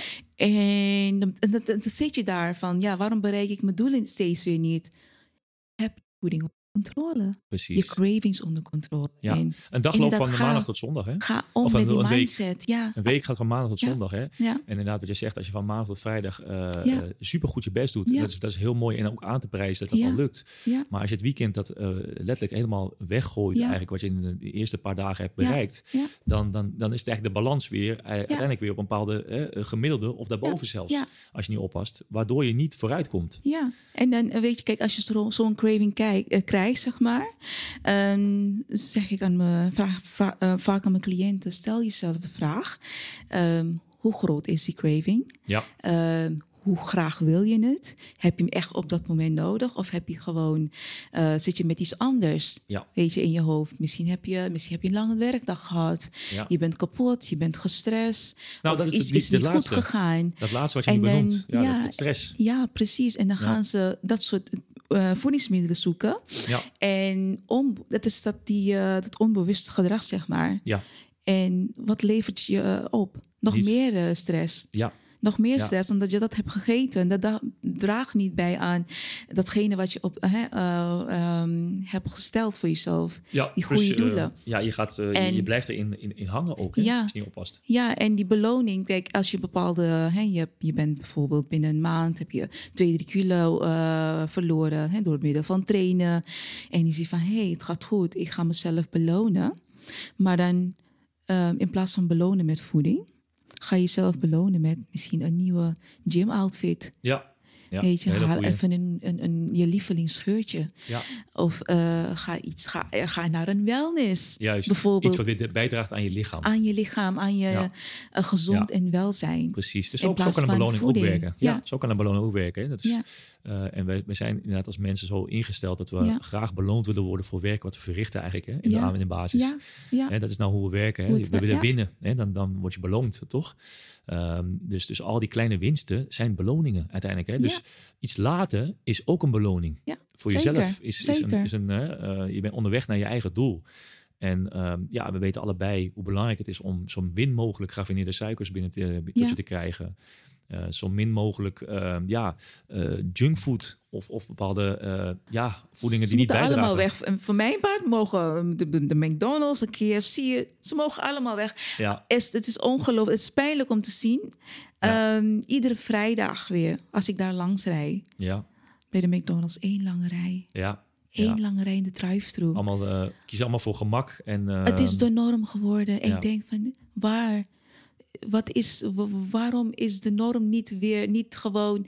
[SPEAKER 1] En dan, dan, dan, dan zit je daar van, ja, waarom bereik ik mijn doelen steeds weer niet? Heb voeding controle.
[SPEAKER 2] Precies.
[SPEAKER 1] Je cravings onder controle.
[SPEAKER 2] Ja.
[SPEAKER 1] En
[SPEAKER 2] een dag loopt van de
[SPEAKER 1] ga,
[SPEAKER 2] maandag tot zondag. Hè?
[SPEAKER 1] Ga om
[SPEAKER 2] of
[SPEAKER 1] met
[SPEAKER 2] een,
[SPEAKER 1] die
[SPEAKER 2] een
[SPEAKER 1] mindset.
[SPEAKER 2] Week,
[SPEAKER 1] ja.
[SPEAKER 2] Een week gaat van maandag tot
[SPEAKER 1] ja.
[SPEAKER 2] zondag. Hè?
[SPEAKER 1] Ja.
[SPEAKER 2] En inderdaad wat je zegt, als je van maandag tot vrijdag uh, ja. uh, supergoed je best doet.
[SPEAKER 1] Ja.
[SPEAKER 2] Dat, is, dat is heel mooi en ook aan te prijzen dat dat
[SPEAKER 1] ja.
[SPEAKER 2] al lukt.
[SPEAKER 1] Ja.
[SPEAKER 2] Maar als je het weekend dat uh, letterlijk helemaal weggooit.
[SPEAKER 1] Ja.
[SPEAKER 2] Eigenlijk wat je in de eerste paar dagen hebt bereikt.
[SPEAKER 1] Ja. Ja. Dan,
[SPEAKER 2] dan, dan is het eigenlijk de balans weer. Uh, ja. Uiteindelijk weer op een bepaalde uh, gemiddelde of daarboven ja. zelfs. Ja. Als je niet oppast. Waardoor je niet vooruit komt.
[SPEAKER 1] Ja, en dan weet je, kijk, als je zo, zo'n craving kijk, uh, krijgt, zeg maar. Um, zeg ik aan me, vraag, vraag, uh, vaak aan mijn cliënten, stel jezelf de vraag. Um, hoe groot is die craving?
[SPEAKER 2] Ja.
[SPEAKER 1] Um, Hoe graag wil je het? Heb je hem echt op dat moment nodig? Of heb je gewoon, uh, zit je met iets anders?
[SPEAKER 2] Ja.
[SPEAKER 1] Weet je, in je hoofd. Misschien heb je, misschien heb je een lange werkdag gehad. Ja. Je bent kapot, je bent gestrest.
[SPEAKER 2] Nou,
[SPEAKER 1] of
[SPEAKER 2] dat is,
[SPEAKER 1] iets
[SPEAKER 2] het,
[SPEAKER 1] is niet
[SPEAKER 2] laatste.
[SPEAKER 1] goed gegaan.
[SPEAKER 2] Dat laatste wat je
[SPEAKER 1] en
[SPEAKER 2] nu
[SPEAKER 1] dan,
[SPEAKER 2] benoemt. Ja,
[SPEAKER 1] ja,
[SPEAKER 2] dat, dat stress.
[SPEAKER 1] Ja, precies. En dan ja. gaan ze dat soort uh, voedingsmiddelen zoeken.
[SPEAKER 2] Ja.
[SPEAKER 1] En on, dat is dat, die, uh, dat onbewuste gedrag, zeg maar.
[SPEAKER 2] Ja.
[SPEAKER 1] En wat levert je uh, op? Nog Niets. meer uh, stress.
[SPEAKER 2] Ja.
[SPEAKER 1] Nog meer stress, ja. omdat je dat hebt gegeten. Dat, dat draagt niet bij aan datgene wat je op, hè, uh, um, hebt gesteld voor jezelf.
[SPEAKER 2] Ja,
[SPEAKER 1] die goede
[SPEAKER 2] dus,
[SPEAKER 1] doelen.
[SPEAKER 2] Uh, ja, je, gaat, uh, en, je blijft erin in, in hangen ook, hè,
[SPEAKER 1] ja,
[SPEAKER 2] als je niet oppast.
[SPEAKER 1] Ja, en die beloning, kijk, als je bepaalde... Hè, je, je bent bijvoorbeeld binnen een maand... heb je twee, drie kilo uh, verloren hè, door het middel van trainen. En je ziet van, hé, hey, het gaat goed, ik ga mezelf belonen. Maar dan, uh, in plaats van belonen met voeding... ga je jezelf belonen met misschien een nieuwe gym-outfit.
[SPEAKER 2] Ja. Ja,
[SPEAKER 1] weet je, haal even een, een, een, je lievelingsscheurtje.
[SPEAKER 2] Ja.
[SPEAKER 1] Of uh, ga, iets, ga, ga naar een wellness.
[SPEAKER 2] Juist,
[SPEAKER 1] bijvoorbeeld.
[SPEAKER 2] iets wat weer bijdraagt aan je lichaam.
[SPEAKER 1] Aan je lichaam, aan je ja. uh, gezond ja. en welzijn.
[SPEAKER 2] Precies, dus ook, zo kan een beloning ook werken. Ja, ja, zo kan een beloning ook werken. Dat is,
[SPEAKER 1] ja.
[SPEAKER 2] uh, en wij, wij zijn inderdaad als mensen zo ingesteld... dat we
[SPEAKER 1] ja.
[SPEAKER 2] graag beloond willen worden voor werk wat we verrichten eigenlijk. Hè, in
[SPEAKER 1] ja.
[SPEAKER 2] de, in de basis.
[SPEAKER 1] Ja. Ja.
[SPEAKER 2] En dat is nou hoe we werken. Hè.
[SPEAKER 1] Hoe het,
[SPEAKER 2] we willen
[SPEAKER 1] ja.
[SPEAKER 2] winnen, hè, dan, dan word je beloond, toch? Um, dus, dus al die kleine winsten zijn beloningen uiteindelijk. Hè. Dus ja. iets laten is ook een beloning.
[SPEAKER 1] Ja,
[SPEAKER 2] voor
[SPEAKER 1] zeker,
[SPEAKER 2] jezelf is, is
[SPEAKER 1] zeker.
[SPEAKER 2] een, is een uh, je bent onderweg naar je eigen doel. En um, ja, we weten allebei hoe belangrijk het is om zo min mogelijk geraffineerde suikers binnen te, tot ja. je te krijgen. Uh, zo min mogelijk uh, ja, uh, junkfood of, of bepaalde uh, ja, voedingen die niet bijdragen.
[SPEAKER 1] Allemaal weg. En voor mijn part mogen de, de McDonald's, de K F C, ze mogen allemaal weg.
[SPEAKER 2] Ja.
[SPEAKER 1] Es, het is ongelooflijk, het is pijnlijk om te zien. Ja. Um, iedere vrijdag weer, als ik daar langs rijd,
[SPEAKER 2] ja.
[SPEAKER 1] bij de McDonald's één lange rij.
[SPEAKER 2] Ja.
[SPEAKER 1] Eén
[SPEAKER 2] ja.
[SPEAKER 1] lange rij in de drive-thru.
[SPEAKER 2] Allemaal uh, kiezen allemaal voor gemak. En, uh,
[SPEAKER 1] het is de norm geworden. En
[SPEAKER 2] ja.
[SPEAKER 1] ik denk van, waar... Wat is, waarom is de norm niet weer niet gewoon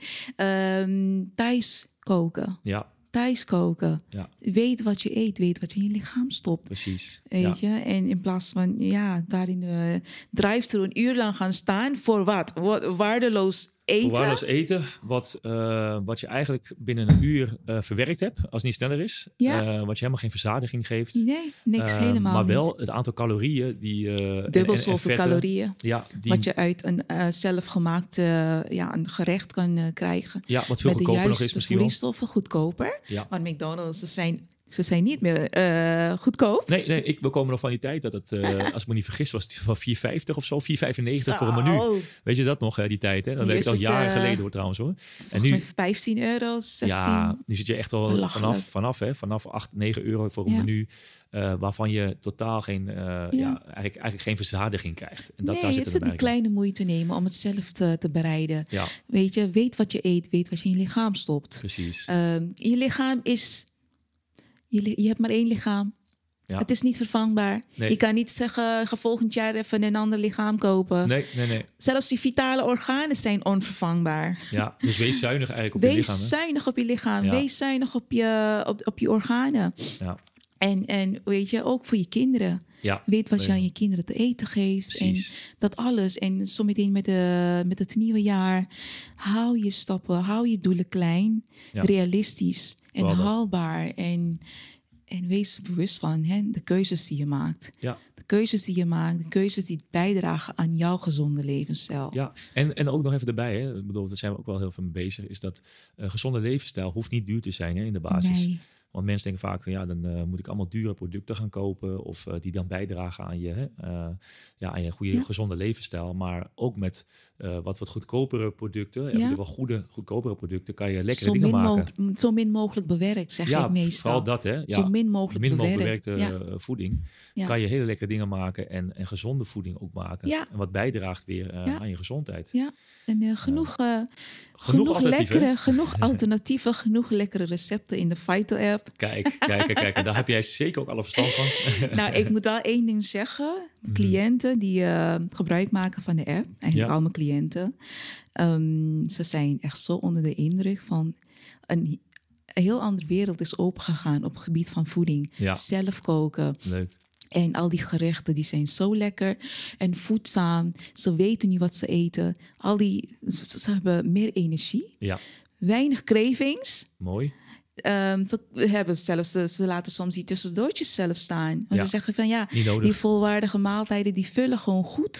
[SPEAKER 1] um, thuis koken?
[SPEAKER 2] Ja.
[SPEAKER 1] Thuis koken.
[SPEAKER 2] Ja.
[SPEAKER 1] Weet wat je eet, weet wat je in je lichaam stopt.
[SPEAKER 2] Precies.
[SPEAKER 1] Weet
[SPEAKER 2] ja.
[SPEAKER 1] je? En in plaats van ja, daar in de drive-thru een uur lang gaan staan voor wat? wat waardeloos eten.
[SPEAKER 2] Voor waardeloos eten, wat, uh, wat je eigenlijk binnen een uur uh, verwerkt hebt, als het niet sneller is.
[SPEAKER 1] Ja.
[SPEAKER 2] Uh, wat je helemaal geen verzadiging geeft.
[SPEAKER 1] Nee, niks uh, helemaal
[SPEAKER 2] Maar wel
[SPEAKER 1] niet.
[SPEAKER 2] Het aantal calorieën die... Uh,
[SPEAKER 1] Dubbel zoveel calorieën.
[SPEAKER 2] Ja, die,
[SPEAKER 1] wat je uit een uh, zelfgemaakt uh, ja, een gerecht kan uh, krijgen.
[SPEAKER 2] Ja, wat veel goedkoper nog is misschien wel.
[SPEAKER 1] Voedingsstoffen goedkoper.
[SPEAKER 2] Ja.
[SPEAKER 1] Want McDonald's, ze zijn... Ze zijn niet meer uh, goedkoop.
[SPEAKER 2] Nee, nee, ik, we komen nog van die tijd dat het, uh, als ik me niet vergis, was het van vier vijftig of zo, vier vijfennegentig voor een menu. Weet je dat nog, hè, die tijd? Hè? Dat weet ik al jaren uh, geleden hoor trouwens hoor.
[SPEAKER 1] En nu vijftien euro, zestien.
[SPEAKER 2] Ja, nu zit je echt wel
[SPEAKER 1] Belachelijk.
[SPEAKER 2] vanaf, vanaf, hè, vanaf acht, negen euro voor een ja. menu. Uh, waarvan je totaal geen, uh, ja. Ja, eigenlijk, eigenlijk geen verzadiging krijgt. En dat,
[SPEAKER 1] nee,
[SPEAKER 2] daar zit
[SPEAKER 1] je
[SPEAKER 2] het
[SPEAKER 1] vindt die kleine moeite nemen om het zelf te, te bereiden.
[SPEAKER 2] Ja.
[SPEAKER 1] Weet je, weet wat je eet, weet wat je in je lichaam stopt.
[SPEAKER 2] Precies.
[SPEAKER 1] Uh, je lichaam is... Je, je hebt maar één lichaam. Ja. Het is niet vervangbaar. Nee. Je kan niet zeggen, ga volgend jaar even een ander lichaam kopen.
[SPEAKER 2] Nee, nee, nee.
[SPEAKER 1] Zelfs die vitale organen zijn onvervangbaar.
[SPEAKER 2] Ja, dus wees zuinig eigenlijk op
[SPEAKER 1] wees
[SPEAKER 2] je lichaam.
[SPEAKER 1] Wees zuinig op je lichaam.
[SPEAKER 2] Ja.
[SPEAKER 1] Wees zuinig op je, op, op je organen.
[SPEAKER 2] Ja.
[SPEAKER 1] En, en weet je, ook voor je kinderen.
[SPEAKER 2] Ja.
[SPEAKER 1] Weet wat je
[SPEAKER 2] nee.
[SPEAKER 1] aan je kinderen te eten geeft.
[SPEAKER 2] Precies.
[SPEAKER 1] En dat alles. En zometeen met, de, met het nieuwe jaar. Hou je stappen, hou je doelen klein. Ja. Realistisch en
[SPEAKER 2] Wel
[SPEAKER 1] haalbaar. En... En wees bewust van hè, de keuzes die je maakt.
[SPEAKER 2] Ja.
[SPEAKER 1] De keuzes die je maakt, de keuzes die bijdragen aan jouw gezonde levensstijl.
[SPEAKER 2] Ja, en, en ook nog even erbij, hè. Ik bedoel, daar zijn we ook wel heel veel mee bezig, is dat uh, gezonde levensstijl hoeft niet duur te zijn hè, in de basis.
[SPEAKER 1] Nee.
[SPEAKER 2] Want mensen denken vaak van ja, dan uh, moet ik allemaal dure producten gaan kopen of uh, die dan bijdragen aan je, uh, ja, aan je goede, ja. gezonde levensstijl. Maar ook met uh, wat wat goedkopere producten, ja. wel goede, goedkopere producten, kan je lekkere
[SPEAKER 1] zo
[SPEAKER 2] dingen
[SPEAKER 1] min
[SPEAKER 2] maken.
[SPEAKER 1] Mo- zo min mogelijk bewerkt, zeg
[SPEAKER 2] ja,
[SPEAKER 1] ik meestal.
[SPEAKER 2] Vooral dat, hè? Ja,
[SPEAKER 1] zo min mogelijk
[SPEAKER 2] min
[SPEAKER 1] bewerkt.
[SPEAKER 2] bewerkte
[SPEAKER 1] ja.
[SPEAKER 2] voeding. Ja. Kan je hele lekkere dingen maken en, en gezonde voeding ook maken. Ja. En wat bijdraagt weer uh, ja. aan je gezondheid.
[SPEAKER 1] Ja, en uh, genoeg, uh, genoeg,
[SPEAKER 2] genoeg,
[SPEAKER 1] lekkere, genoeg alternatieven, genoeg lekkere recepten in de Vital-app.
[SPEAKER 2] Kijk, kijk, kijk. En daar heb jij zeker ook alle verstand van.
[SPEAKER 1] Nou, ik moet wel één ding zeggen. De cliënten die uh, gebruik maken van de app, eigenlijk ja. al mijn cliënten, um, ze zijn echt zo onder de indruk van een, een heel andere wereld is opengegaan op het gebied van voeding. Ja. Zelf koken.
[SPEAKER 2] Leuk.
[SPEAKER 1] En al die gerechten die zijn zo lekker en voedzaam. Ze weten nu wat ze eten. Al die, ze, ze hebben meer energie.
[SPEAKER 2] Ja.
[SPEAKER 1] Weinig cravings.
[SPEAKER 2] Mooi.
[SPEAKER 1] Um, ze hebben zelfs, ze laten soms die tussendoortjes zelf staan. Want ja. ze zeggen van ja,
[SPEAKER 2] die
[SPEAKER 1] volwaardige maaltijden die vullen gewoon goed.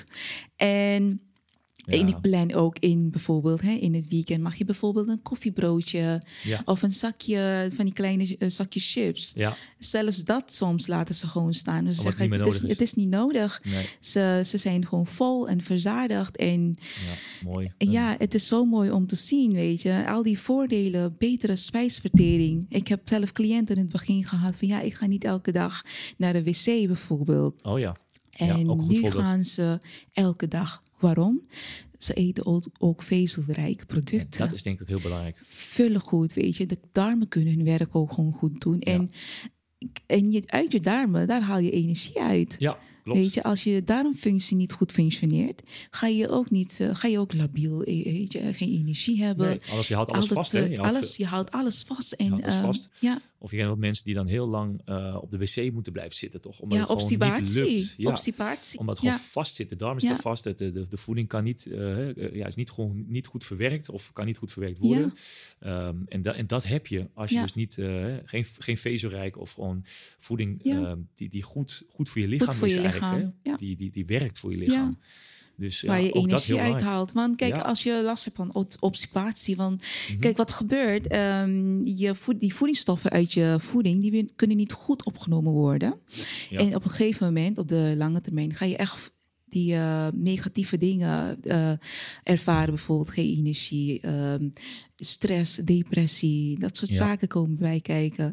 [SPEAKER 1] En Ja. En ik plan ook in bijvoorbeeld, hè, in het weekend mag je bijvoorbeeld een koffiebroodje
[SPEAKER 2] ja.
[SPEAKER 1] of een zakje van die kleine uh, zakjes chips.
[SPEAKER 2] Ja.
[SPEAKER 1] Zelfs dat soms laten ze gewoon staan. Dus ze
[SPEAKER 2] Wat
[SPEAKER 1] zeggen, het is, is. het is niet nodig.
[SPEAKER 2] Nee.
[SPEAKER 1] Ze, ze zijn gewoon vol en verzadigd. En
[SPEAKER 2] ja, mooi.
[SPEAKER 1] Ja, het is zo mooi om te zien, weet je. Al die voordelen, betere spijsvertering. Ik heb zelf cliënten in het begin gehad van ja, ik ga niet elke dag naar de wc bijvoorbeeld.
[SPEAKER 2] Oh ja.
[SPEAKER 1] En
[SPEAKER 2] ja, ook goed
[SPEAKER 1] nu
[SPEAKER 2] voorbeeld.
[SPEAKER 1] gaan ze elke dag. Waarom? Ze eten ook, ook vezelrijke producten.
[SPEAKER 2] Ja, dat is denk ik heel belangrijk.
[SPEAKER 1] Vullen goed, weet je. De darmen kunnen hun werk ook gewoon goed doen. Ja. En, en je, uit je darmen, daar haal je energie uit.
[SPEAKER 2] Ja, klopt.
[SPEAKER 1] Weet je, als je darmfunctie niet goed functioneert, ga je ook niet, uh, ga je ook labiel, weet je, geen energie hebben.
[SPEAKER 2] Nee, alles, je houdt alles
[SPEAKER 1] Altijd,
[SPEAKER 2] vast, hè? Je houdt,
[SPEAKER 1] alles, je houdt alles vast. En,
[SPEAKER 2] je houdt alles
[SPEAKER 1] um,
[SPEAKER 2] vast.
[SPEAKER 1] Ja.
[SPEAKER 2] Of je kent wat mensen die dan heel lang uh, op de wc moeten blijven zitten, toch? Omdat
[SPEAKER 1] ja,
[SPEAKER 2] het gewoon niet lukt. Ja,
[SPEAKER 1] obstipatie.
[SPEAKER 2] Omdat het gewoon
[SPEAKER 1] ja.
[SPEAKER 2] vast zit. De darm is
[SPEAKER 1] ja.
[SPEAKER 2] er vast. De, de, de voeding kan niet, uh, ja, is niet, gewoon niet goed verwerkt of kan niet goed verwerkt worden. Ja. Um, en, da, en dat heb je als je ja. dus niet, uh, geen, geen vezelrijk of gewoon voeding ja. uh, die, die goed, goed voor je lichaam
[SPEAKER 1] goed voor
[SPEAKER 2] is
[SPEAKER 1] je
[SPEAKER 2] eigenlijk.
[SPEAKER 1] Lichaam.
[SPEAKER 2] Hè? Ja. Die, die, die werkt voor je lichaam. Ja. Dus, ja,
[SPEAKER 1] waar je
[SPEAKER 2] ook
[SPEAKER 1] energie
[SPEAKER 2] dat
[SPEAKER 1] uithaalt. Want kijk, ja. als je last hebt van obstipatie, want mm-hmm. kijk wat gebeurt. Um, je voed, die voedingsstoffen uit je voeding, die kunnen niet goed opgenomen worden. Ja. En op een gegeven moment, op de lange termijn, ga je echt die uh, negatieve dingen uh, ervaren. Bijvoorbeeld geen energie, um, stress, depressie. Dat soort ja. zaken komen bij kijken.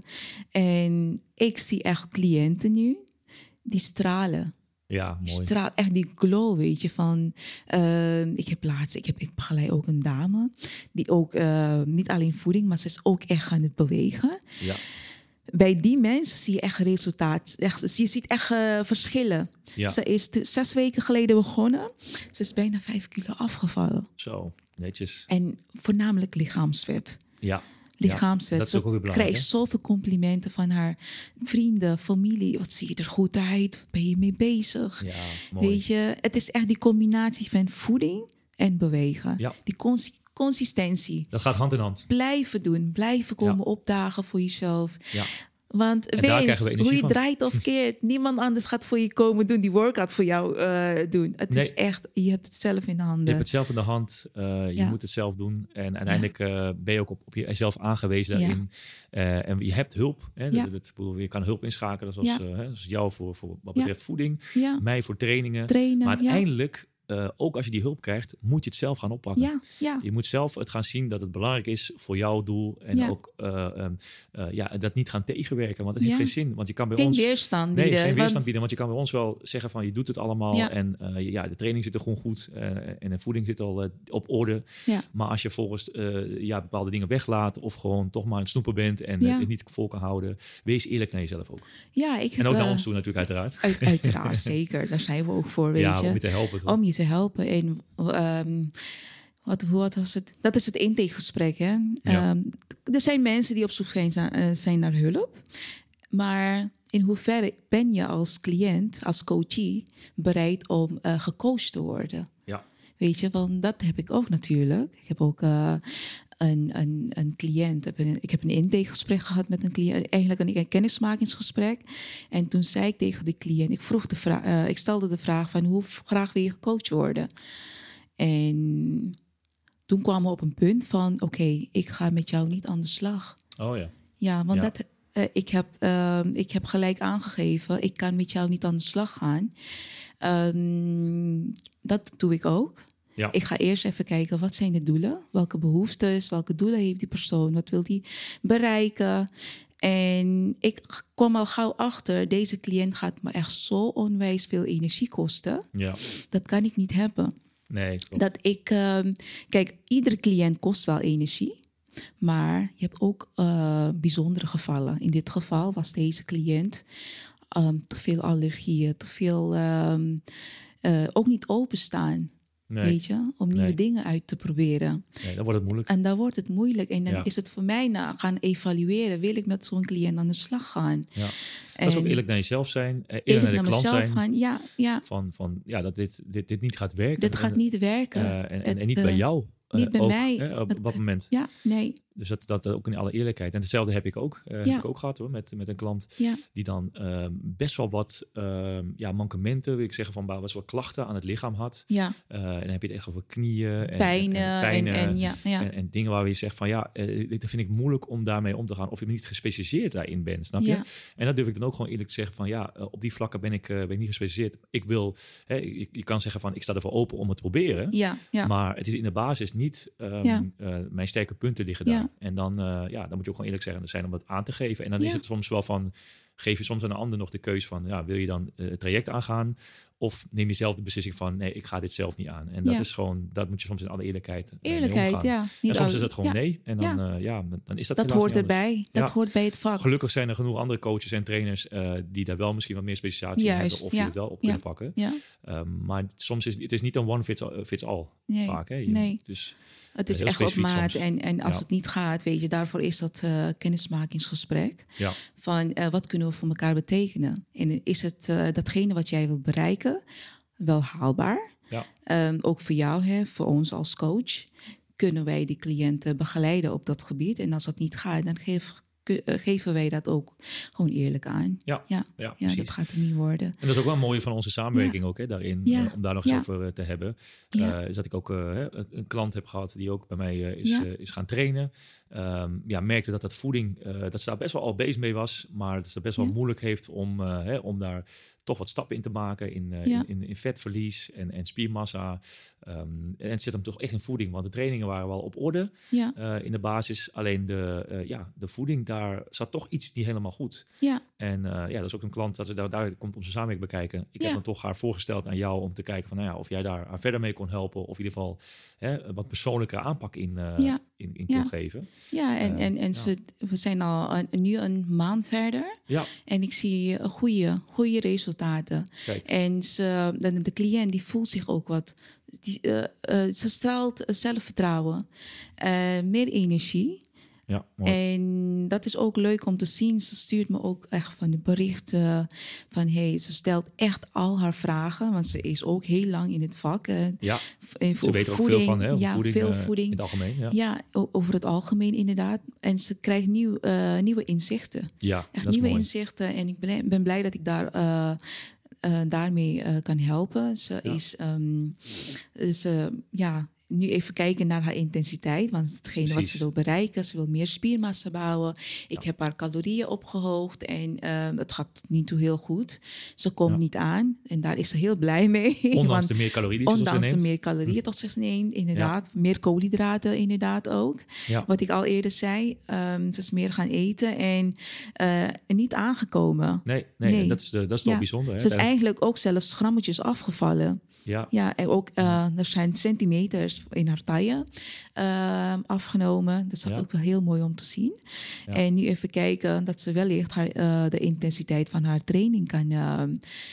[SPEAKER 1] En ik zie echt cliënten nu, die stralen.
[SPEAKER 2] Ja, mooi.
[SPEAKER 1] Straalt echt die glow, weet je, van... Uh, ik heb laatst, ik, heb, ik begeleid ook een dame... die ook uh, niet alleen voeding, maar ze is ook echt aan het bewegen.
[SPEAKER 2] Ja.
[SPEAKER 1] Bij die mensen zie je echt resultaat. Echt, je ziet echt uh, verschillen.
[SPEAKER 2] Ja.
[SPEAKER 1] Ze is t- zes weken geleden begonnen. Ze is bijna vijf kilo afgevallen.
[SPEAKER 2] Zo, netjes.
[SPEAKER 1] En voornamelijk lichaamsvet.
[SPEAKER 2] Ja.
[SPEAKER 1] Lichaamsvet.
[SPEAKER 2] Ja,
[SPEAKER 1] ze krijgt zoveel complimenten van haar vrienden, familie. Wat zie je er goed uit? Wat ben je mee bezig?
[SPEAKER 2] Ja, mooi.
[SPEAKER 1] Weet je, het is echt die combinatie van voeding en bewegen.
[SPEAKER 2] Ja.
[SPEAKER 1] Die cons- consistentie.
[SPEAKER 2] Dat gaat hand in hand.
[SPEAKER 1] Blijven doen. Blijven komen ja. opdagen voor jezelf.
[SPEAKER 2] Ja.
[SPEAKER 1] Want
[SPEAKER 2] en
[SPEAKER 1] wees, hoe je van. draait of keert, niemand anders gaat voor je komen doen, die workout voor jou uh, doen. Het nee. is echt, je hebt het zelf in de handen.
[SPEAKER 2] Je hebt het zelf in de hand, uh, je ja. moet het zelf doen. En uiteindelijk uh, ben je ook op, op jezelf aangewezen daarin. Ja. Uh, en je hebt hulp. Hè? Ja. Dat, dat, je kan hulp inschakelen, zoals, ja. uh, zoals jou voor, voor wat betreft ja. voeding, ja. mij voor trainingen.
[SPEAKER 1] Trainen,
[SPEAKER 2] maar uiteindelijk... Ja. Uh, ook als je die hulp krijgt, moet je het zelf gaan oppakken.
[SPEAKER 1] Ja, ja.
[SPEAKER 2] Je moet zelf het gaan zien dat het belangrijk is voor jouw doel. En ja. ook uh, um, uh, ja, dat niet gaan tegenwerken. Want het heeft ja. geen zin. Want je kan bij
[SPEAKER 1] geen
[SPEAKER 2] ons.
[SPEAKER 1] Weerstand
[SPEAKER 2] nee,
[SPEAKER 1] bieden.
[SPEAKER 2] geen weerstand
[SPEAKER 1] want...
[SPEAKER 2] bieden. Want je kan bij ons wel zeggen van je doet het allemaal. Ja. En uh, ja, de training zit er gewoon goed. Uh, en de voeding zit al uh, op orde. Ja. Maar als je volgens uh, ja, bepaalde dingen weglaat. Of gewoon toch maar een snoeper bent. En ja. uh, het niet vol kan houden. Wees eerlijk naar jezelf ook.
[SPEAKER 1] Ja, ik
[SPEAKER 2] en ook
[SPEAKER 1] heb,
[SPEAKER 2] naar
[SPEAKER 1] uh,
[SPEAKER 2] ons toe natuurlijk uiteraard.
[SPEAKER 1] Uit, uiteraard, zeker. Daar zijn we ook voor, weet
[SPEAKER 2] ja,
[SPEAKER 1] je.
[SPEAKER 2] om je te helpen. Toch?
[SPEAKER 1] Om je te helpen. En Um, wat, wat was het? Dat is het intakegesprek. Hè? Ja. Um, er zijn mensen die op zoek zijn, uh, zijn naar hulp. Maar in hoeverre ben je als cliënt, als coachie, bereid om uh, gecoacht te worden?
[SPEAKER 2] Ja.
[SPEAKER 1] Weet je, want dat heb ik ook natuurlijk. Ik heb ook uh, een, een, een cliënt. Ik heb een intakegesprek gehad met een cliënt. Eigenlijk een, een kennismakingsgesprek. En toen zei ik tegen de cliënt, ik vroeg de vraag, uh, ik stelde de vraag van hoe graag wil je gecoacht worden? En toen kwamen we op een punt van, oké, okay, ik ga met jou niet aan de slag.
[SPEAKER 2] Oh ja.
[SPEAKER 1] Ja, want
[SPEAKER 2] ja.
[SPEAKER 1] dat,
[SPEAKER 3] uh, ik, heb, uh, ik heb gelijk aangegeven, ik kan met jou niet aan de slag gaan. Um, dat doe ik ook.
[SPEAKER 2] Ja.
[SPEAKER 3] Ik ga eerst even kijken, wat zijn de doelen? Welke behoeftes, welke doelen heeft die persoon? Wat wil die bereiken? En ik kwam al gauw achter, deze cliënt gaat me echt zo onwijs veel energie kosten.
[SPEAKER 2] Ja.
[SPEAKER 3] Dat kan ik niet hebben.
[SPEAKER 2] Nee, klopt.
[SPEAKER 3] Dat ik, uh, kijk, iedere cliënt kost wel energie. Maar je hebt ook uh, bijzondere gevallen. In dit geval was deze cliënt um, te veel allergieën, te veel, um, uh, ook niet openstaan.
[SPEAKER 2] Nee.
[SPEAKER 3] Weet je, om nieuwe
[SPEAKER 2] nee.
[SPEAKER 3] dingen uit te proberen.
[SPEAKER 2] Nee, dan wordt het moeilijk.
[SPEAKER 3] En dan wordt het moeilijk. En dan
[SPEAKER 2] ja.
[SPEAKER 3] is het voor mij nou, gaan evalueren. Wil ik met zo'n cliënt aan de slag gaan?
[SPEAKER 2] Ja. Dat is ook eerlijk naar jezelf zijn. Eerlijk,
[SPEAKER 3] eerlijk
[SPEAKER 2] naar de
[SPEAKER 3] naar
[SPEAKER 2] klant
[SPEAKER 3] mezelf
[SPEAKER 2] zijn.
[SPEAKER 3] gaan. Ja, ja.
[SPEAKER 2] Van, van ja, dat dit, dit, dit niet gaat werken.
[SPEAKER 3] Dit gaat
[SPEAKER 2] en,
[SPEAKER 3] niet werken.
[SPEAKER 2] Uh, en, en,
[SPEAKER 3] het,
[SPEAKER 2] en niet
[SPEAKER 3] uh,
[SPEAKER 2] bij jou. Uh,
[SPEAKER 3] niet bij
[SPEAKER 2] ook,
[SPEAKER 3] mij.
[SPEAKER 2] Hè, op,
[SPEAKER 3] het,
[SPEAKER 2] op dat moment.
[SPEAKER 3] Ja, nee.
[SPEAKER 2] Dus dat, dat ook in alle eerlijkheid. En hetzelfde heb ik ook. Uh,
[SPEAKER 3] ja.
[SPEAKER 2] heb ik ook gehad hoor, met, met een klant.
[SPEAKER 3] Ja.
[SPEAKER 2] Die dan uh, best wel wat uh, ja, mankementen, wil ik zeggen, van best wel klachten aan het lichaam had.
[SPEAKER 3] Ja.
[SPEAKER 2] Uh, en dan heb je het echt over knieën. En,
[SPEAKER 3] pijnen.
[SPEAKER 2] En, en, pijnen
[SPEAKER 3] en, en, ja, ja.
[SPEAKER 2] En, en dingen waar je zegt van ja, uh, dat vind ik moeilijk om daarmee om te gaan. Of je niet gespecialiseerd daarin bent, snap je?
[SPEAKER 3] Ja.
[SPEAKER 2] En dat durf ik dan ook gewoon eerlijk te zeggen van ja, uh, op die vlakken ben ik, uh, ben ik niet gespecialiseerd. Ik wil, hè, je, je kan zeggen van ik sta ervoor open om het te proberen.
[SPEAKER 3] Ja, ja.
[SPEAKER 2] Maar het is in de basis niet um,
[SPEAKER 3] ja.
[SPEAKER 2] uh, mijn sterke punten liggen daar.
[SPEAKER 3] Ja.
[SPEAKER 2] En dan, uh, ja, dan moet je ook gewoon eerlijk zeggen, er zijn om dat aan te geven. En dan ja. is het soms wel van, geef je soms aan een ander nog de keus van, ja, wil je dan uh, het traject aangaan? Of neem je zelf de beslissing van, nee, ik ga dit zelf niet aan. En dat
[SPEAKER 3] ja.
[SPEAKER 2] is gewoon, dat moet je soms in alle eerlijkheid uh,
[SPEAKER 3] Eerlijkheid, ja.
[SPEAKER 2] Niet en soms
[SPEAKER 3] alle...
[SPEAKER 2] is dat gewoon
[SPEAKER 3] ja.
[SPEAKER 2] nee. En dan,
[SPEAKER 3] ja.
[SPEAKER 2] Uh, ja, dan is dat
[SPEAKER 3] Dat hoort erbij. Dat
[SPEAKER 2] ja.
[SPEAKER 3] hoort bij het vak.
[SPEAKER 2] Gelukkig zijn er genoeg andere coaches en trainers uh, die daar wel misschien wat meer specialisatie in hebben. Of
[SPEAKER 3] ja.
[SPEAKER 2] die het wel op
[SPEAKER 3] ja.
[SPEAKER 2] kunnen pakken.
[SPEAKER 3] Ja.
[SPEAKER 2] Um, maar soms is het is niet een one fits all, fits all
[SPEAKER 3] nee.
[SPEAKER 2] vaak. Hè? Je,
[SPEAKER 3] nee.
[SPEAKER 2] Het is,
[SPEAKER 3] Het is echt op maat. En, en als
[SPEAKER 2] ja.
[SPEAKER 3] het niet gaat, weet je, daarvoor is dat uh, kennismakingsgesprek.
[SPEAKER 2] Ja.
[SPEAKER 3] Van uh, wat kunnen we voor elkaar betekenen? En is het uh, datgene wat jij wilt bereiken wel haalbaar?
[SPEAKER 2] Ja.
[SPEAKER 3] Um, ook voor jou, hè, voor ons als coach, kunnen wij die cliënten begeleiden op dat gebied. En als dat niet gaat, dan geef, uh, geven wij dat ook gewoon eerlijk aan.
[SPEAKER 2] Ja,
[SPEAKER 3] ja.
[SPEAKER 2] ja,
[SPEAKER 3] ja dat gaat er niet worden.
[SPEAKER 2] En dat is ook wel mooi van onze samenwerking ja. ook, hè, daarin.
[SPEAKER 3] Ja.
[SPEAKER 2] Uh, om daar nog eens
[SPEAKER 3] ja.
[SPEAKER 2] over uh, te hebben.
[SPEAKER 3] Ja.
[SPEAKER 2] Uh, is dat ik ook uh, een klant heb gehad die ook bij mij uh, is,
[SPEAKER 3] ja.
[SPEAKER 2] uh, is gaan trainen. Um, ja, merkte dat dat voeding, uh, dat ze daar best wel al bezig mee was. Maar dat ze best wel ja. moeilijk heeft om, uh, hè, om daar toch wat stappen in te maken. In, uh,
[SPEAKER 3] ja.
[SPEAKER 2] in, in, in vetverlies en, en spiermassa. Um, en het zit hem toch echt in voeding. Want de trainingen waren wel op orde
[SPEAKER 3] ja.
[SPEAKER 2] uh, in de basis. Alleen de, uh, ja, de voeding, daar zat toch iets niet helemaal goed.
[SPEAKER 3] Ja.
[SPEAKER 2] En uh, ja, dat is ook een klant dat ze daar, daar komt om zijn samenwerking bekijken. Ik ja. heb dan toch haar voorgesteld aan jou om te kijken van, nou ja, of jij daar haar verder mee kon helpen. Of in ieder geval hè, wat persoonlijke aanpak in, uh,
[SPEAKER 3] ja.
[SPEAKER 2] in, in
[SPEAKER 3] ja.
[SPEAKER 2] kon geven.
[SPEAKER 3] Ja, en,
[SPEAKER 2] uh,
[SPEAKER 3] en, en
[SPEAKER 2] ja.
[SPEAKER 3] Ze, we zijn al een, nu een maand verder.
[SPEAKER 2] Ja.
[SPEAKER 3] En ik zie goede, goede resultaten.
[SPEAKER 2] Kijk.
[SPEAKER 3] En ze, de, de cliënt die voelt zich ook wat. Die, uh, uh, ze straalt zelfvertrouwen, uh, meer energie.
[SPEAKER 2] Ja, mooi.
[SPEAKER 3] En dat is ook leuk om te zien. Ze stuurt me ook echt van de berichten van hey, ze stelt echt al haar vragen, want ze is ook heel lang in het vak. Uh,
[SPEAKER 2] ja,
[SPEAKER 3] en
[SPEAKER 2] ze weet er ook veel van, hè?
[SPEAKER 3] Ja,
[SPEAKER 2] voeding,
[SPEAKER 3] veel
[SPEAKER 2] uh,
[SPEAKER 3] voeding.
[SPEAKER 2] in het algemeen. Ja,
[SPEAKER 3] ja over het algemeen inderdaad. En ze krijgt nieuw, uh, nieuwe inzichten.
[SPEAKER 2] Ja,
[SPEAKER 3] echt
[SPEAKER 2] dat
[SPEAKER 3] nieuwe
[SPEAKER 2] is mooi.
[SPEAKER 3] inzichten. En ik ben, ben blij dat ik daar uh, uh, daarmee uh, kan helpen. Ze ja. is, um, ze, ja. Nu even kijken naar haar intensiteit. Want hetgene Precies. wat ze wil bereiken. Ze wil meer spiermassa bouwen. Ik ja. heb haar calorieën opgehoogd. En uh, het gaat tot nu toe heel goed. Ze komt ja. niet aan. En daar is ze heel blij mee.
[SPEAKER 2] Ondanks
[SPEAKER 3] want,
[SPEAKER 2] de meer calorieën die ze
[SPEAKER 3] Ondanks
[SPEAKER 2] neemt.
[SPEAKER 3] de meer calorieën tot zich neemt. Inderdaad. Ja. Meer koolhydraten inderdaad ook.
[SPEAKER 2] Ja.
[SPEAKER 3] Wat ik al eerder zei. Um, ze is meer gaan eten. En uh, niet aangekomen.
[SPEAKER 2] Nee, nee, nee. dat is, de, dat is toch ja. bijzonder. Hè?
[SPEAKER 3] Ze is eigenlijk ook zelfs grammetjes afgevallen.
[SPEAKER 2] Ja.
[SPEAKER 3] ja, en ook uh, er zijn centimeters in haar taille uh, afgenomen. Dat is ja. ook wel heel mooi om te zien. Ja. En nu even kijken dat ze wellicht haar, uh, de intensiteit van haar training kan uh,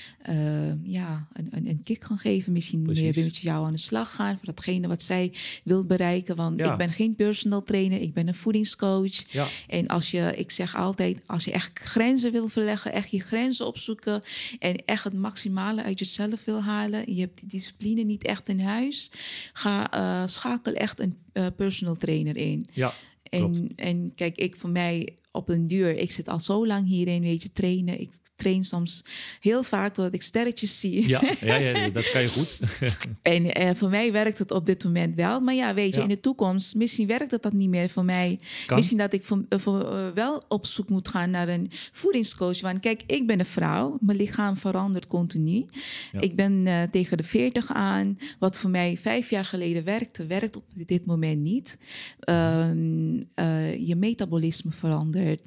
[SPEAKER 3] uh, ja, een, een, een kick gaan geven. Misschien Precies. meer met jou aan de slag gaan voor datgene wat zij wil bereiken. Want ja. ik ben geen personal trainer, ik ben een voedingscoach.
[SPEAKER 2] Ja.
[SPEAKER 3] En als je, ik zeg altijd, als je echt grenzen wil verleggen, echt je grenzen opzoeken en echt het maximale uit jezelf wil halen, je hebt die discipline niet echt in huis, ga uh, schakel echt een uh, personal trainer in.
[SPEAKER 2] Ja.
[SPEAKER 3] En, en kijk, ik voor mij op een duur, ik zit al zo lang hierin, weet je, trainen. Ik train soms heel vaak doordat ik sterretjes zie.
[SPEAKER 2] Ja, ja, ja dat kan je goed.
[SPEAKER 3] En uh, voor mij werkt het op dit moment wel. Maar ja, weet je, ja. in de toekomst, misschien werkt het dat niet meer voor mij. Kan. Misschien dat ik voor, voor, uh, wel op zoek moet gaan naar een voedingscoach. Want kijk, ik ben een vrouw. Mijn lichaam verandert continu. Ja. Ik ben uh, tegen de veertig aan. Wat voor mij vijf jaar geleden werkte, werkt op dit moment niet. Uh, uh, je metabolisme verandert.